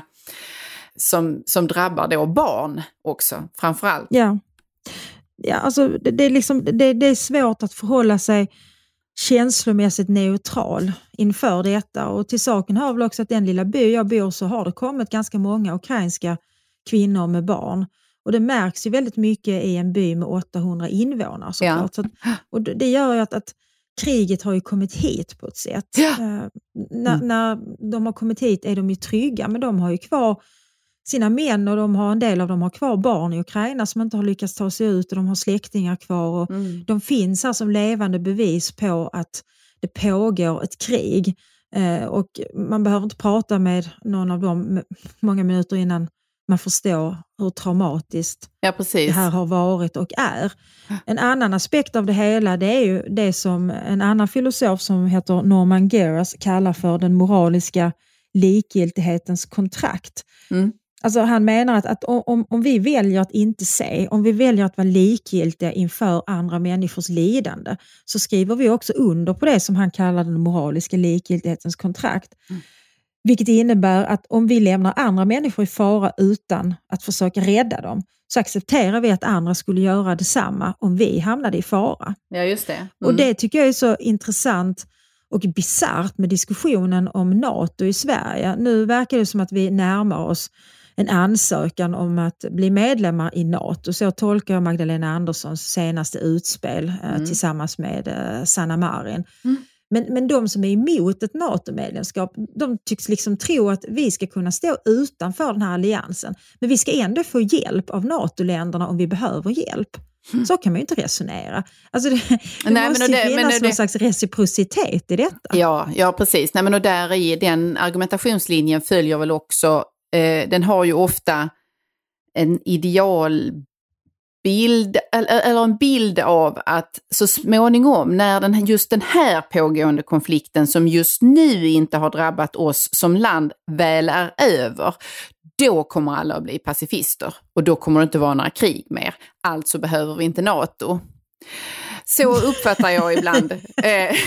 Speaker 3: som, som drabbar då barn också, framförallt.
Speaker 2: Ja. Ja, alltså det, det, är liksom, det, det är svårt att förhålla sig känslomässigt neutral inför detta. Och till saken hör väl också att den lilla by jag bor så har det kommit ganska många ukrainska kvinnor med barn. Och det märks ju väldigt mycket i en by med åttahundra invånare såklart. Ja. Så att, och det, det gör ju att, att kriget har ju kommit hit på ett sätt. Ja. Uh, när, mm. när de har kommit hit är de ju trygga, men de har ju kvar sina män och de har, en del av dem har kvar barn i Ukraina som inte har lyckats ta sig ut och de har släktingar kvar och mm. de finns här som levande bevis på att det pågår ett krig. Eh, och man behöver inte prata med någon av dem många minuter innan man förstår hur traumatiskt
Speaker 3: ja, precis.
Speaker 2: det här har varit och är. En annan aspekt av det hela, det är ju det som en annan filosof som heter Norman Geras kallar för den moraliska likgiltighetens kontrakt.
Speaker 3: Mm.
Speaker 2: Alltså han menar att, att om, om vi väljer att inte se, om vi väljer att vara likgiltiga inför andra människors lidande, så skriver vi också under på det som han kallar den moraliska likgiltighetens kontrakt. Mm. Vilket innebär att om vi lämnar andra människor i fara utan att försöka rädda dem, så accepterar vi att andra skulle göra detsamma om vi hamnade i fara.
Speaker 3: Ja, just det. Mm.
Speaker 2: Och det tycker jag är så intressant och bisarrt med diskussionen om NATO i Sverige. Nu verkar det som att vi närmar oss en ansökan om att bli medlemmar i NATO. Så tolkar jag Magdalena Anderssons senaste utspel mm. eh, tillsammans med eh, Sanna Marin. Mm. Men, men de som är emot ett NATO-medlemskap, de tycks liksom tro att vi ska kunna stå utanför den här alliansen. Men vi ska ändå få hjälp av NATO-länderna om vi behöver hjälp. Mm. Så kan man ju inte resonera. Alltså det, det Nej, måste men det, finnas men det, någon slags reciprocitet i detta.
Speaker 3: Ja, ja precis. Nej, men och där i den argumentationslinjen följer väl också, eh, den har ju ofta en idealbild eller, eller en bild av att så småningom när den, just den här pågående konflikten som just nu inte har drabbat oss som land väl är över, då kommer alla att bli pacifister och då kommer det inte vara några krig mer. Alltså behöver vi inte NATO. Så uppfattar jag ibland eh,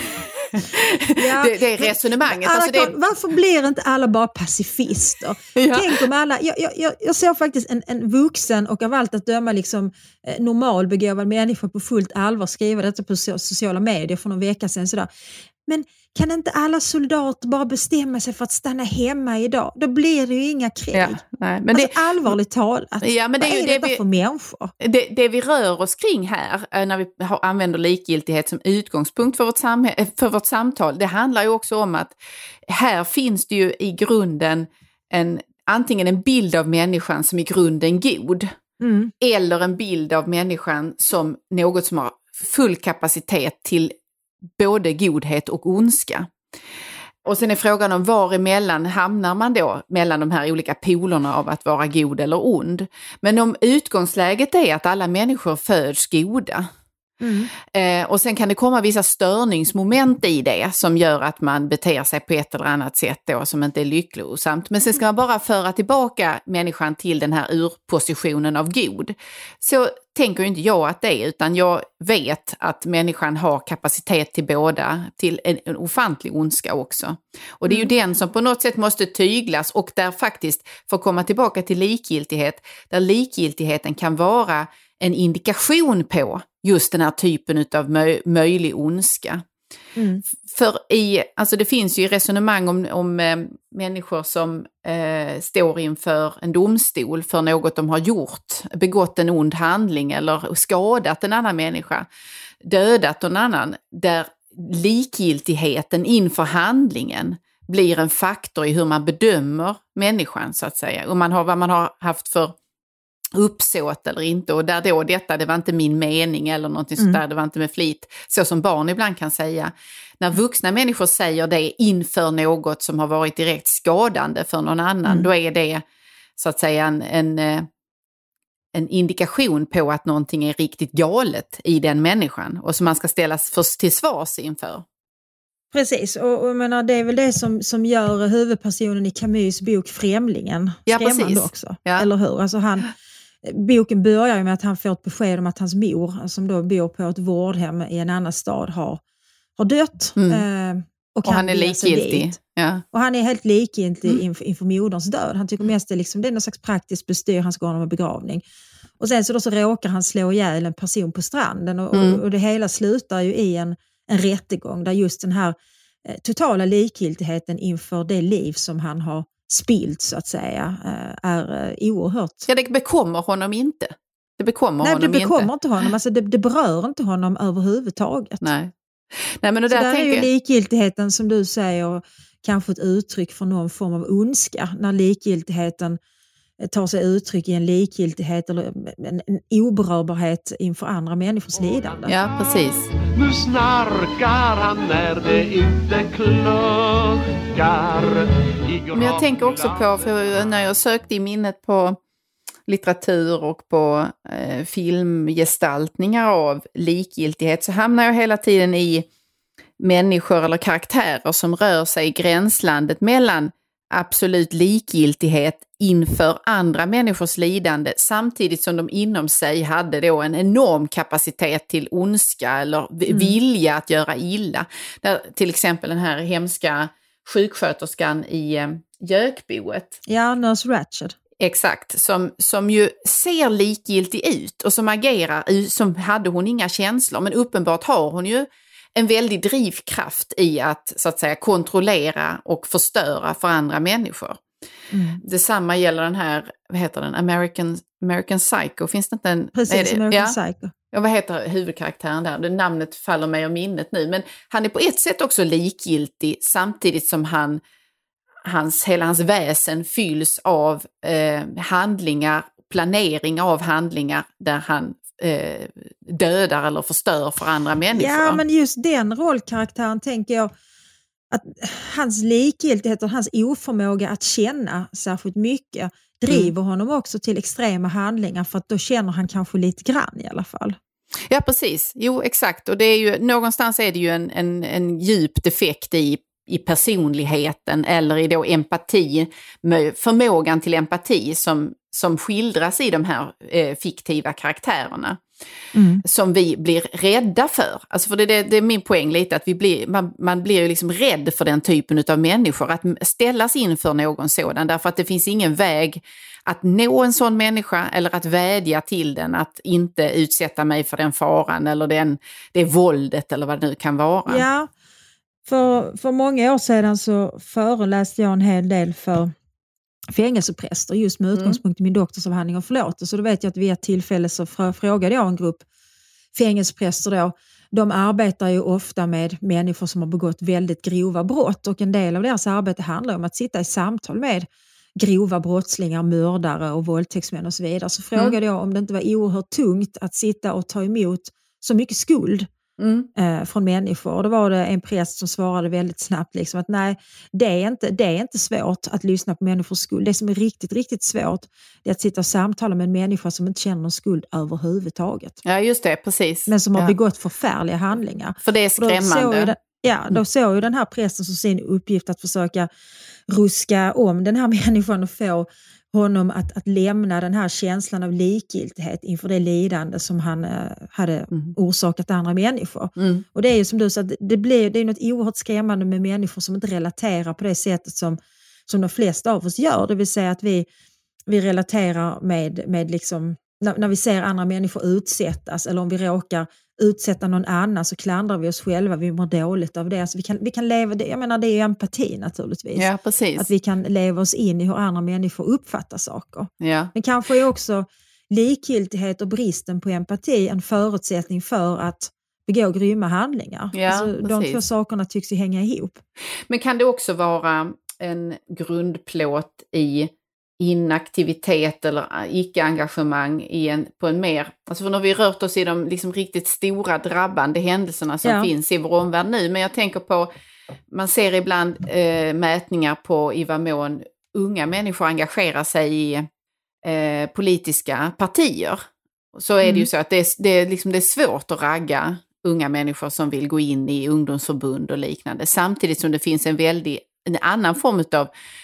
Speaker 3: ja, det, det är resonemanget.
Speaker 2: Alla,
Speaker 3: alltså det...
Speaker 2: Varför blir inte alla bara pacifister? Ja. Tänk om alla, jag, jag, jag såg faktiskt en, en vuxen och av allt att döma liksom, eh, normalbegåvad människa på fullt allvar skriva detta på sociala medier för någon vecka sedan. Sådär. Men kan inte alla soldater bara bestämma sig för att stanna hemma idag? Då blir det ju inga krig. Ja,
Speaker 3: nej, men
Speaker 2: alltså
Speaker 3: det,
Speaker 2: allvarligt talat.
Speaker 3: Ja, men det
Speaker 2: vad
Speaker 3: är
Speaker 2: är
Speaker 3: det
Speaker 2: detta
Speaker 3: vi,
Speaker 2: för människor?
Speaker 3: Det, det vi rör oss kring här, när vi har, använder likgiltighet som utgångspunkt för vårt, samhälle, för vårt samtal, det handlar ju också om att här finns det ju i grunden en, antingen en bild av människan som i grunden god, mm. eller en bild av människan som något som har full kapacitet till både godhet och ondska. Och sen är frågan om var emellan hamnar man då mellan de här olika polerna av att vara god eller ond. Men om utgångsläget är att alla människor föds goda. Mm. Eh, och sen kan det komma vissa störningsmoment i det som gör att man beter sig på ett eller annat sätt då som inte är lyckosamt. Men sen ska man bara föra tillbaka människan till den här urpositionen av god. Så tänker inte jag att det är, utan jag vet att människan har kapacitet till båda, till en, en ofantlig ondska också. Och det är ju mm. den som på något sätt måste tyglas och där faktiskt, för att komma tillbaka till likgiltighet, där likgiltigheten kan vara en indikation på just den här typen av möj, möjlig ondska. Mm. För i, alltså det finns ju resonemang om, om äh, människor som äh, står inför en domstol för något de har gjort, begått en ond handling eller skadat en annan människa, dödat en annan, där likgiltigheten inför handlingen blir en faktor i hur man bedömer människan så att säga. Och man har vad man har haft för uppsåt eller inte, och där då detta, det var inte min mening eller någonting sånt där, mm. det var inte med flit, så som barn ibland kan säga. När vuxna människor säger det inför något som har varit direkt skadande för någon annan, mm. då är det så att säga en, en, en indikation på att någonting är riktigt galet i den människan och som man ska ställas för, till svars inför.
Speaker 2: Precis, och, och menar, det är väl det som, som gör huvudpersonen i Camus bok Främlingen skrämmande ja, också, ja. Eller hur? Alltså han, boken börjar ju med att han får ett besked om att hans mor, som då bor på ett vårdhem i en annan stad, har, har dött. Mm. Eh, och,
Speaker 3: och han, han är likgiltig. Ja.
Speaker 2: Och han är helt likgiltig mm. inför, inför moderns död. Han tycker mest det är, liksom, det är någon slags praktiskt bestyr, han ska ha någon begravning. Och sen så, då så råkar han slå ihjäl en person på stranden och, mm. och, och det hela slutar ju i en en rättegång där just den här eh, totala likgiltigheten inför det liv som han har spilt så att säga eh, är eh, oerhört.
Speaker 3: Ja, det bekommer honom inte. Det bekommer
Speaker 2: Nej,
Speaker 3: honom
Speaker 2: det bekommer
Speaker 3: inte.
Speaker 2: inte honom. Alltså det, det berör inte honom överhuvudtaget.
Speaker 3: Nej. Nej, men det
Speaker 2: så
Speaker 3: där,
Speaker 2: där
Speaker 3: tänker...
Speaker 2: är ju likgiltigheten som du säger kanske ett uttryck för någon form av ondska när likgiltigheten tar sig uttryck i en likgiltighet eller en, en oberörbarhet inför andra människors lidande.
Speaker 3: Ja, precis.
Speaker 1: Nu snarkar han när det inte kluckar.
Speaker 3: Men jag tänker också på, för när jag sökte i minnet på litteratur och på eh, filmgestaltningar av likgiltighet, så hamnar jag hela tiden i människor eller karaktärer som rör sig i gränslandet mellan absolut likgiltighet inför andra människors lidande, samtidigt som de inom sig hade då en enorm kapacitet till ondska eller v- mm. vilja att göra illa. Där, till exempel den här hemska sjuksköterskan i eh, Gökboet.
Speaker 2: Ja, Nurse Ratched.
Speaker 3: Exakt, som, som ju ser likgiltig ut och som agerar, som hade hon inga känslor, men uppenbart har hon ju en väldig drivkraft i att så att säga kontrollera och förstöra för andra människor. Mm. Detsamma gäller den här, vad heter den, American, American Psycho, finns det inte en...
Speaker 2: Precis,
Speaker 3: det,
Speaker 2: American
Speaker 3: ja?
Speaker 2: Psycho.
Speaker 3: Ja, vad heter huvudkaraktären där? Det namnet faller mig om minnet nu, men han är på ett sätt också likgiltig samtidigt som han, hans, hela hans väsen fylls av eh, handlingar, planering av handlingar där han eh, dödar eller förstör för andra människor.
Speaker 2: Ja, men just den rollkaraktären tänker jag att hans likgiltighet och hans oförmåga att känna särskilt mycket driver mm. honom också till extrema handlingar, för att då känner han kanske lite grann i alla fall.
Speaker 3: Ja, precis. Jo, exakt. Och det är ju, någonstans är det ju en, en, en djup defekt i, i personligheten eller i då empati, förmågan till empati som, som skildras i de här eh, fiktiva karaktärerna. Mm. Som vi blir rädda för. Alltså för det, det, det är min poäng lite, att vi blir, man, man blir ju liksom rädd för den typen av människor, att ställas inför någon sådan, därför att det finns ingen väg att nå en sån människa eller att vädja till den att inte utsätta mig för den faran eller den, det våldet eller vad det nu kan vara.
Speaker 2: Ja, för, för många år sedan så föreläste jag en hel del för fängelsepräster just med utgångspunkt i min doktorsavhandling om förlåtelse. Så då vet jag att vid ett tillfälle så frågade jag en grupp fängelsepräster då. De arbetar ju ofta med människor som har begått väldigt grova brott, och en del av deras arbete handlar om att sitta i samtal med grova brottslingar, mördare och våldtäktsmän och så vidare. Så frågade mm. jag om det inte var oerhört tungt att sitta och ta emot så mycket skuld Mm. Eh, från människor. Och då var det en präst som svarade väldigt snabbt liksom att nej, det är, inte, det är inte svårt att lyssna på människors skuld. Det som är riktigt, riktigt svårt är att sitta och samtala med en människa som inte känner någon skuld överhuvudtaget.
Speaker 3: Ja, just det, precis.
Speaker 2: Men som
Speaker 3: ja.
Speaker 2: har begått förfärliga handlingar.
Speaker 3: För det är skrämmande.
Speaker 2: Då ja, då såg ju den här prästen som sin uppgift att försöka ruska om den här människan och få honom att, att lämna den här känslan av likgiltighet inför det lidande som han eh, hade mm. orsakat andra människor. Mm. Och det är ju som du sa, det, blir, det är något oerhört skrämmande med människor som inte relaterar på det sättet som, som de flesta av oss gör. Det vill säga att vi, vi relaterar med, med liksom, när, när vi ser andra människor utsättas, eller om vi råkar utsätta någon annan, så klandrar vi oss själva, vi mår dåligt av det. Alltså vi, kan, vi kan leva, det, jag menar det är empati naturligtvis.
Speaker 3: Ja, precis.
Speaker 2: Att vi kan leva oss in i hur andra människor uppfattar saker.
Speaker 3: Ja.
Speaker 2: Men kanske är också likgiltighet och bristen på empati en förutsättning för att begå grymma handlingar.
Speaker 3: Ja,
Speaker 2: alltså, de två sakerna tycks ju hänga ihop.
Speaker 3: Men kan det också vara en grundplåt i inaktivitet eller icke-engagemang i en, på en mer, alltså för när vi rört oss i de liksom riktigt stora drabbande händelserna som ja. finns i vår omvärld nu, men jag tänker på, man ser ibland eh, mätningar på i vad mån unga människor engagerar sig i eh, politiska partier, så är mm. det ju så att det är, det, är liksom, det är svårt att ragga unga människor som vill gå in i ungdomsförbund och liknande, samtidigt som det finns en väldigt, en annan form av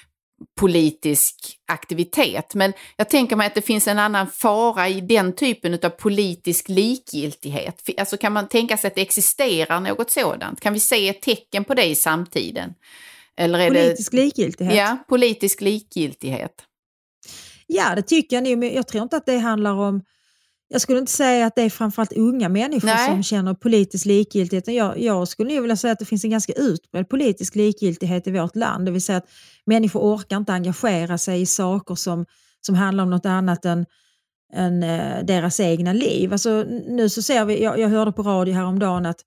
Speaker 3: politisk aktivitet. Men jag tänker mig att det finns en annan fara i den typen av politisk likgiltighet. Alltså kan man tänka sig att det existerar något sådant? Kan vi se ett tecken på det i samtiden? Eller är
Speaker 2: politisk
Speaker 3: det...
Speaker 2: likgiltighet?
Speaker 3: Ja, politisk likgiltighet.
Speaker 2: Ja, det tycker jag nu, men jag tror inte att det handlar om, jag skulle inte säga att det är framförallt unga människor Nej. som känner politisk likgiltighet. Jag, jag skulle ju vilja säga att det finns en ganska utbredd politisk likgiltighet i vårt land. Det vill säga att människor orkar inte engagera sig i saker som, som handlar om något annat än, än eh, deras egna liv. Alltså, nu så ser vi, jag, jag hörde på radio häromdagen att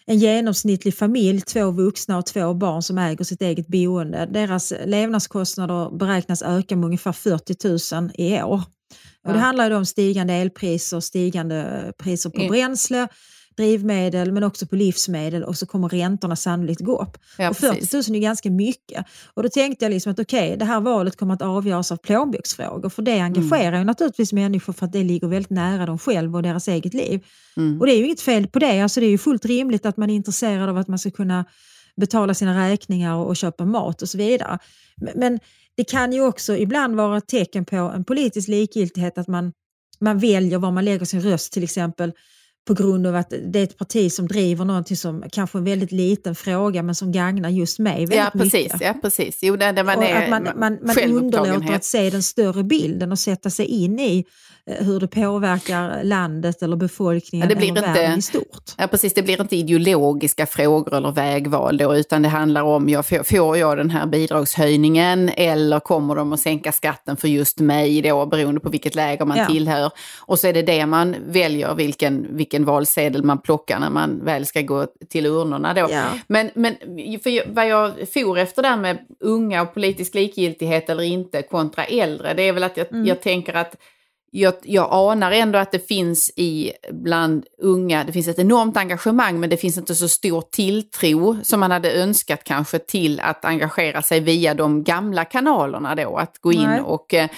Speaker 2: en genomsnittlig familj, två vuxna och två barn som äger sitt eget boende. Deras levnadskostnader beräknas öka med ungefär fyrtio tusen i år. Och det handlar ju om stigande elpriser, stigande priser på mm. bränsle, drivmedel men också på livsmedel, och så kommer räntorna sannolikt gå upp. Ja, och fyrtio tusen är ganska mycket. Och då tänkte jag liksom att okej, okay, det här valet kommer att avgöras av plånboksfrågor, för det engagerar mm. ju naturligtvis människor för att det ligger väldigt nära dem själva och deras eget liv. Mm. Och det är ju inget fel på det, alltså det är ju fullt rimligt att man är intresserad av att man ska kunna betala sina räkningar och, och köpa mat och så vidare. Men, men det kan ju också ibland vara ett tecken på en politisk likgiltighet att man, man väljer var man lägger sin röst, till exempel på grund av att det är ett parti som driver någonting som kanske är en väldigt liten fråga men som gagnar just mig väldigt
Speaker 3: ja, precis,
Speaker 2: mycket.
Speaker 3: Ja, precis. Jo, det, det man är
Speaker 2: att man, man, man underlåter att se den större bilden och sätta sig in i hur det påverkar landet eller befolkningen
Speaker 3: ja, det blir
Speaker 2: eller
Speaker 3: inte,
Speaker 2: världen i stort.
Speaker 3: Ja, precis. Det blir inte ideologiska frågor eller vägval då, utan det handlar om jag får, får jag den här bidragshöjningen eller kommer de att sänka skatten för just mig då, beroende på vilket läger man ja. tillhör. Och så är det det man väljer, vilken, vilken valsedel man plockar när man väl ska gå till urnorna då. Ja. Men, men för vad jag for efter där med unga och politisk likgiltighet eller inte kontra äldre, det är väl att jag, mm. jag tänker att Jag, jag anar ändå att det finns i bland unga, det finns ett enormt engagemang, men det finns inte så stor tilltro som man hade önskat kanske till att engagera sig via de gamla kanalerna då, att gå in Nej. och eh,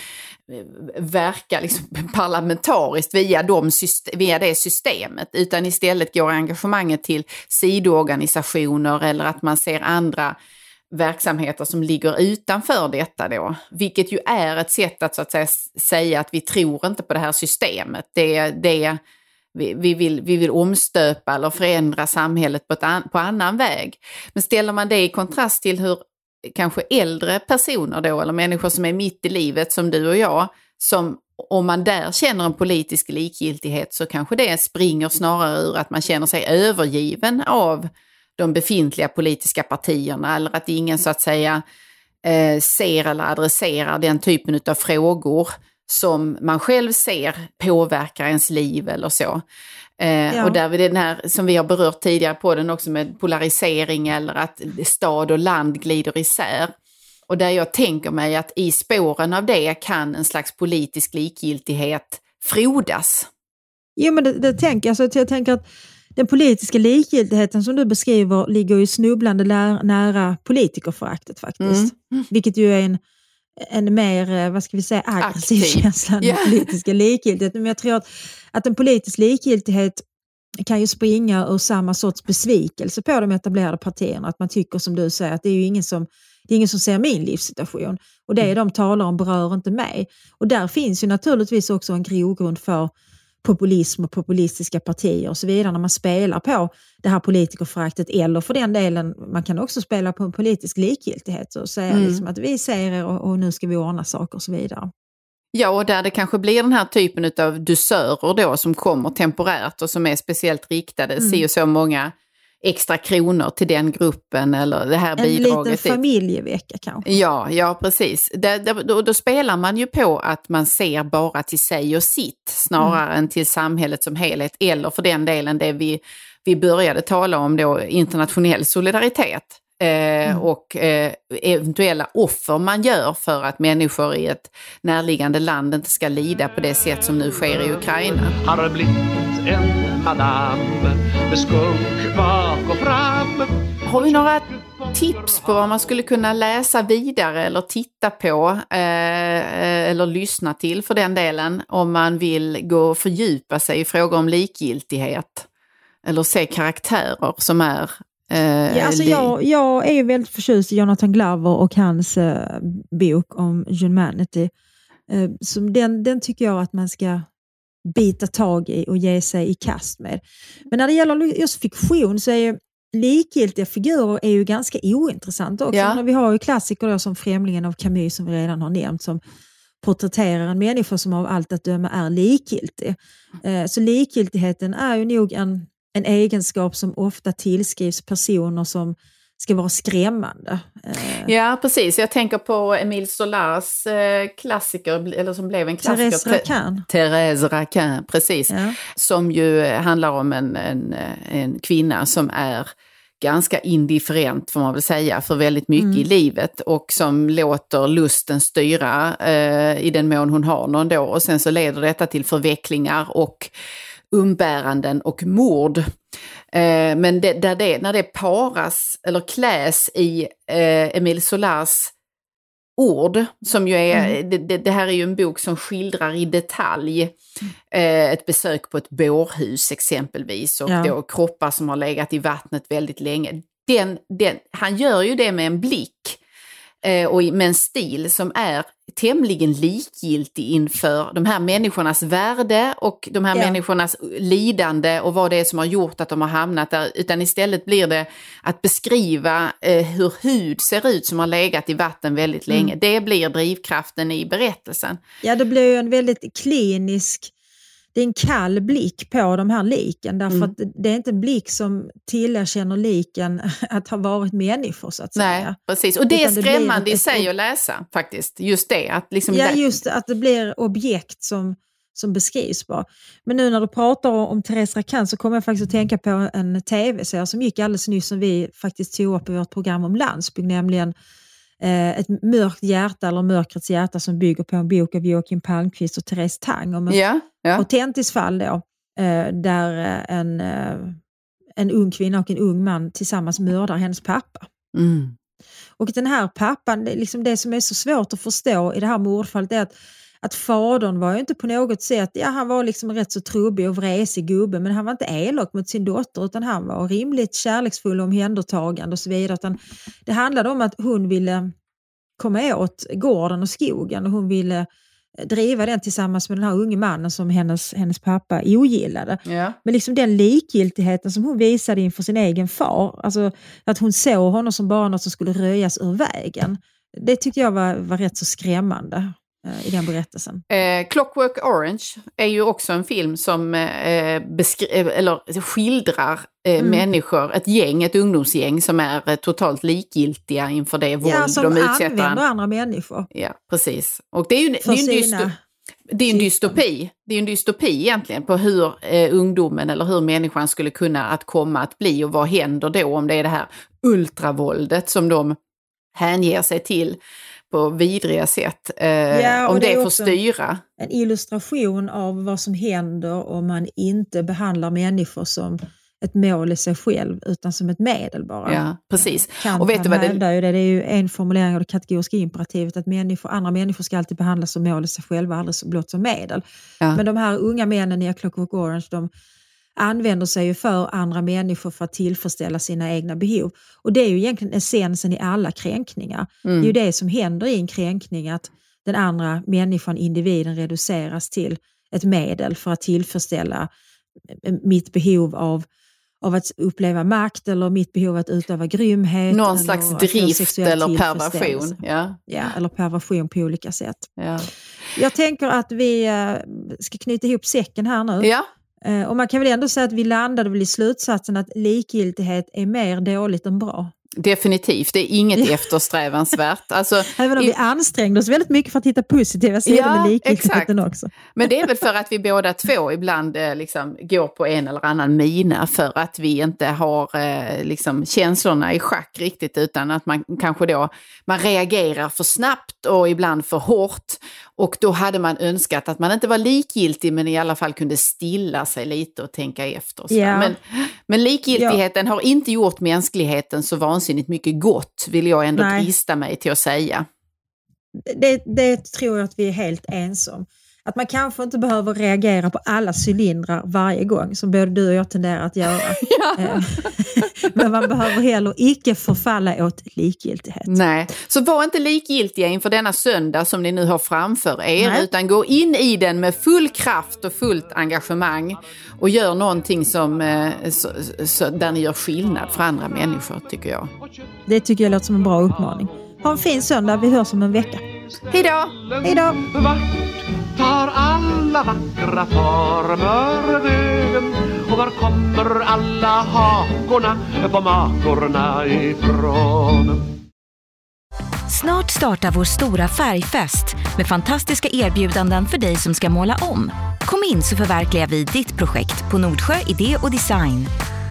Speaker 3: verka liksom parlamentariskt via, de syst- via det systemet, utan istället går engagemanget till sidoorganisationer eller att man ser andra verksamheter som ligger utanför detta då, vilket ju är ett sätt att så att säga, säga att vi tror inte på det här systemet. Det, det, vi, vi, vill, vi vill omstöpa eller förändra samhället på, ett an, på annan väg. Men ställer man det i kontrast till hur kanske äldre personer då, eller människor som är mitt i livet som du och jag, som om man där känner en politisk likgiltighet, så kanske det springer snarare ur att man känner sig övergiven av de befintliga politiska partierna, eller att ingen så att säga eh, ser eller adresserar den typen av frågor som man själv ser påverkar ens liv eller så. Eh, ja. Och där är det den här som vi har berört tidigare på den också, med polarisering eller att stad och land glider isär. Och där jag tänker mig att i spåren av det kan en slags politisk likgiltighet frodas.
Speaker 2: Jo, men det, det tänker jag. Alltså, jag tänker att den politiska likgiltigheten som du beskriver ligger ju snubblande lär, nära politikerföraktet faktiskt. Mm. Vilket ju är en, en mer, vad ska vi säga, aggressiv Aktiv. känsla än yeah. den politiska likgiltigheten. Men jag tror att, att en politisk likgiltighet kan ju springa ur samma sorts besvikelse på de etablerade partierna. Att man tycker, som du säger, att det är ju ingen som, det är ingen som ser min livssituation. Och det de talar om berör inte mig. Och där finns ju naturligtvis också en grogrund för populism och populistiska partier och så vidare, när man spelar på det här politikerföraktet, eller för den delen man kan också spela på en politisk likgiltighet och säga mm. liksom att vi ser er och, och nu ska vi ordna saker och så vidare.
Speaker 3: Ja, och där det kanske blir den här typen av dusörer då som kommer temporärt och som är speciellt riktade, mm. ser ju så många extra kronor till den gruppen eller det här
Speaker 2: en
Speaker 3: bidraget.
Speaker 2: En liten familjevecka kanske.
Speaker 3: Ja, ja precis. Där, där, då, då spelar man ju på att man ser bara till sig och sitt snarare mm. än till samhället som helhet, eller för den delen det vi, vi började tala om då, internationell solidaritet eh, mm. och eh, eventuella offer man gör för att människor i ett närliggande land inte ska lida på det sätt som nu sker i Ukraina.
Speaker 1: Har det blivit en madame med skunk bak och fram.
Speaker 3: Har vi några tips på vad man skulle kunna läsa vidare eller titta på eh, eller lyssna till för den delen om man vill gå och fördjupa sig i frågor om likgiltighet eller se karaktärer som är eh,
Speaker 2: ja, alltså jag, jag är ju väldigt förtjust i Jonathan Glover och hans eh, bok om Humanity. Eh, som den, den tycker jag att man ska bita tag i och ge sig i kast med. Men när det gäller just fiktion så är ju likgiltiga figurer är ju ganska ointressant också. Ja. Vi har ju klassiker då som Främlingen av Camus som vi redan har nämnt, som porträtterar en människa som av allt att döma är likgiltig. Så likgiltigheten är ju nog en, en egenskap som ofta tillskrivs personer som ska vara skrämmande.
Speaker 3: Ja, precis. Jag tänker på Émile Zolars eh, klassiker, eller som blev en klassiker.
Speaker 2: Thérèse Raquin.
Speaker 3: Thérèse Raquin, precis.
Speaker 2: Ja.
Speaker 3: Som ju handlar om en, en, en kvinna som är ganska indifferent, får man väl säga, för väldigt mycket mm. i livet, och som låter lusten styra eh, i den mån hon har någon då, och sen så leder detta till förvecklingar och umbäranden och mord. Eh, men det, där det, när det paras eller kläs i eh, Émile Zolars ord, som ju är, mm. det, det, det här är ju en bok som skildrar i detalj eh, ett besök på ett bårhus exempelvis, och ja. då kroppar som har legat i vattnet väldigt länge. Den, den, han gör ju det med en blick eh, och med en stil som är tämligen likgiltig inför de här människornas värde och de här ja. människornas lidande och vad det är som har gjort att de har hamnat där, utan istället blir det att beskriva eh, hur hud ser ut som har legat i vatten väldigt länge. Mm. Det blir drivkraften i berättelsen.
Speaker 2: Ja, det blir ju en väldigt klinisk, det är en kall blick på de här liken, därför mm. att det är inte en blick som tillerkänner liken att ha varit människor, så att säga.
Speaker 3: Nej, precis. Och det är skrämmande det i sig att läsa, faktiskt. Just det. Att liksom
Speaker 2: ja,
Speaker 3: det...
Speaker 2: just att det blir objekt som, som beskrivs bara. Men nu när du pratar om Thérèse Raquin så kommer jag faktiskt att tänka på en tv-serie som gick alldeles nyss, som vi faktiskt tog upp i vårt program om landsbygd, nämligen ett mörkt hjärta, eller mörkrets hjärta, som bygger på en bok av Joakim Palmqvist och Therese Tang om ett
Speaker 3: ja, ja.
Speaker 2: autentiskt fall då, där en, en ung kvinna och en ung man tillsammans mördar hennes pappa.
Speaker 3: Mm.
Speaker 2: Och den här pappan, det, liksom det som är så svårt att förstå i det här mordfallet är att, att fadern var ju inte på något sätt, ja, han var liksom rätt så trubbig och vresig gubbe, men han var inte elak mot sin dotter, utan han var rimligt kärleksfull och omhändertagande och så vidare. Utan det handlade om att hon ville komma åt gården och skogen, och hon ville driva den tillsammans med den här unge mannen som hennes, hennes pappa ogillade.
Speaker 3: Ja.
Speaker 2: Men liksom den likgiltigheten som hon visade inför sin egen far, alltså att hon såg honom som bara något som skulle röjas ur vägen, det tyckte jag var, var rätt så skrämmande i den berättelsen.
Speaker 3: Eh, Clockwork Orange är ju också en film som eh, beskri- eller skildrar eh, mm. människor, ett gäng, ett ungdomsgäng som är eh, totalt likgiltiga inför det våld
Speaker 2: ja, som
Speaker 3: de utsätter.
Speaker 2: använder andra människor.
Speaker 3: Ja, precis. Och det är ju, det är ju en, dysto- det är en dystopi. Det är en dystopi egentligen på hur eh, ungdomen eller hur människan skulle kunna att komma att bli, och vad händer då om det är det här ultravåldet som de hänger sig till på vidriga sätt, eh, ja, om det, det får styra.
Speaker 2: En illustration av vad som händer om man inte behandlar människor som ett mål i sig själv, utan som ett medel bara.
Speaker 3: Ja, precis.
Speaker 2: Kant, och vet du vad det... Ju det, det är ju en formulering av det kategoriska imperativet, att människor, andra människor ska alltid behandlas som mål i sig själva, aldrig så blott som medel. Ja. Men de här unga männen i Clockwork Orange, de använder sig ju för andra människor för att tillfredsställa sina egna behov. Och det är ju egentligen essensen i alla kränkningar. Mm. Det är ju det som händer i en kränkning, att den andra människan, individen, reduceras till ett medel för att tillfredsställa mitt behov av, av att uppleva makt, eller mitt behov att utöva grymhet.
Speaker 3: Någon slags drift eller perversion. Ja.
Speaker 2: Ja, eller perversion på olika sätt.
Speaker 3: Ja.
Speaker 2: Jag tänker att vi ska knyta ihop säcken här nu.
Speaker 3: Ja.
Speaker 2: Och man kan väl ändå säga att vi landade väl i slutsatsen att likgiltighet är mer dåligt än bra.
Speaker 3: Definitivt, det är inget eftersträvansvärt. Alltså,
Speaker 2: även om i... vi ansträngde oss väldigt mycket för att hitta positiva sidor
Speaker 3: ja,
Speaker 2: med likgiltigheten också.
Speaker 3: Men det är väl för att vi båda två ibland eh, liksom, går på en eller annan mina, för att vi inte har eh, liksom, känslorna i schack riktigt, utan att man kanske då man reagerar för snabbt och ibland för hårt. Och då hade man önskat att man inte var likgiltig, men i alla fall kunde stilla sig lite och tänka efter.
Speaker 2: Ja.
Speaker 3: Men, men likgiltigheten ja. har inte gjort mänskligheten så vansinnigt mycket gott, vill jag ändå
Speaker 2: Nej.
Speaker 3: drista mig till att säga.
Speaker 2: Det, det tror jag att vi är helt ensamma. Att man kanske inte behöver reagera på alla cylindrar varje gång, som både du och jag tenderar att göra.
Speaker 3: Ja.
Speaker 2: Men man behöver heller icke förfalla åt likgiltighet.
Speaker 3: Nej, så var inte likgiltiga inför denna söndag som ni nu har framför er. Nej. Utan gå in i den med full kraft och fullt engagemang och gör någonting som, så, så, där ni gör skillnad för andra människor, tycker jag.
Speaker 2: Det tycker jag låter som en bra uppmaning. Ha en fin söndag, vi hörs om en vecka.
Speaker 3: Hej då!
Speaker 2: Hej då!
Speaker 1: tar alla vackra former vägen? Och var kommer alla hakorna på makorna ifrån?
Speaker 4: Snart startar vår stora färgfest med fantastiska erbjudanden för dig som ska måla om. Kom in så förverkligar vi ditt projekt på Nordsjö Idé och Design.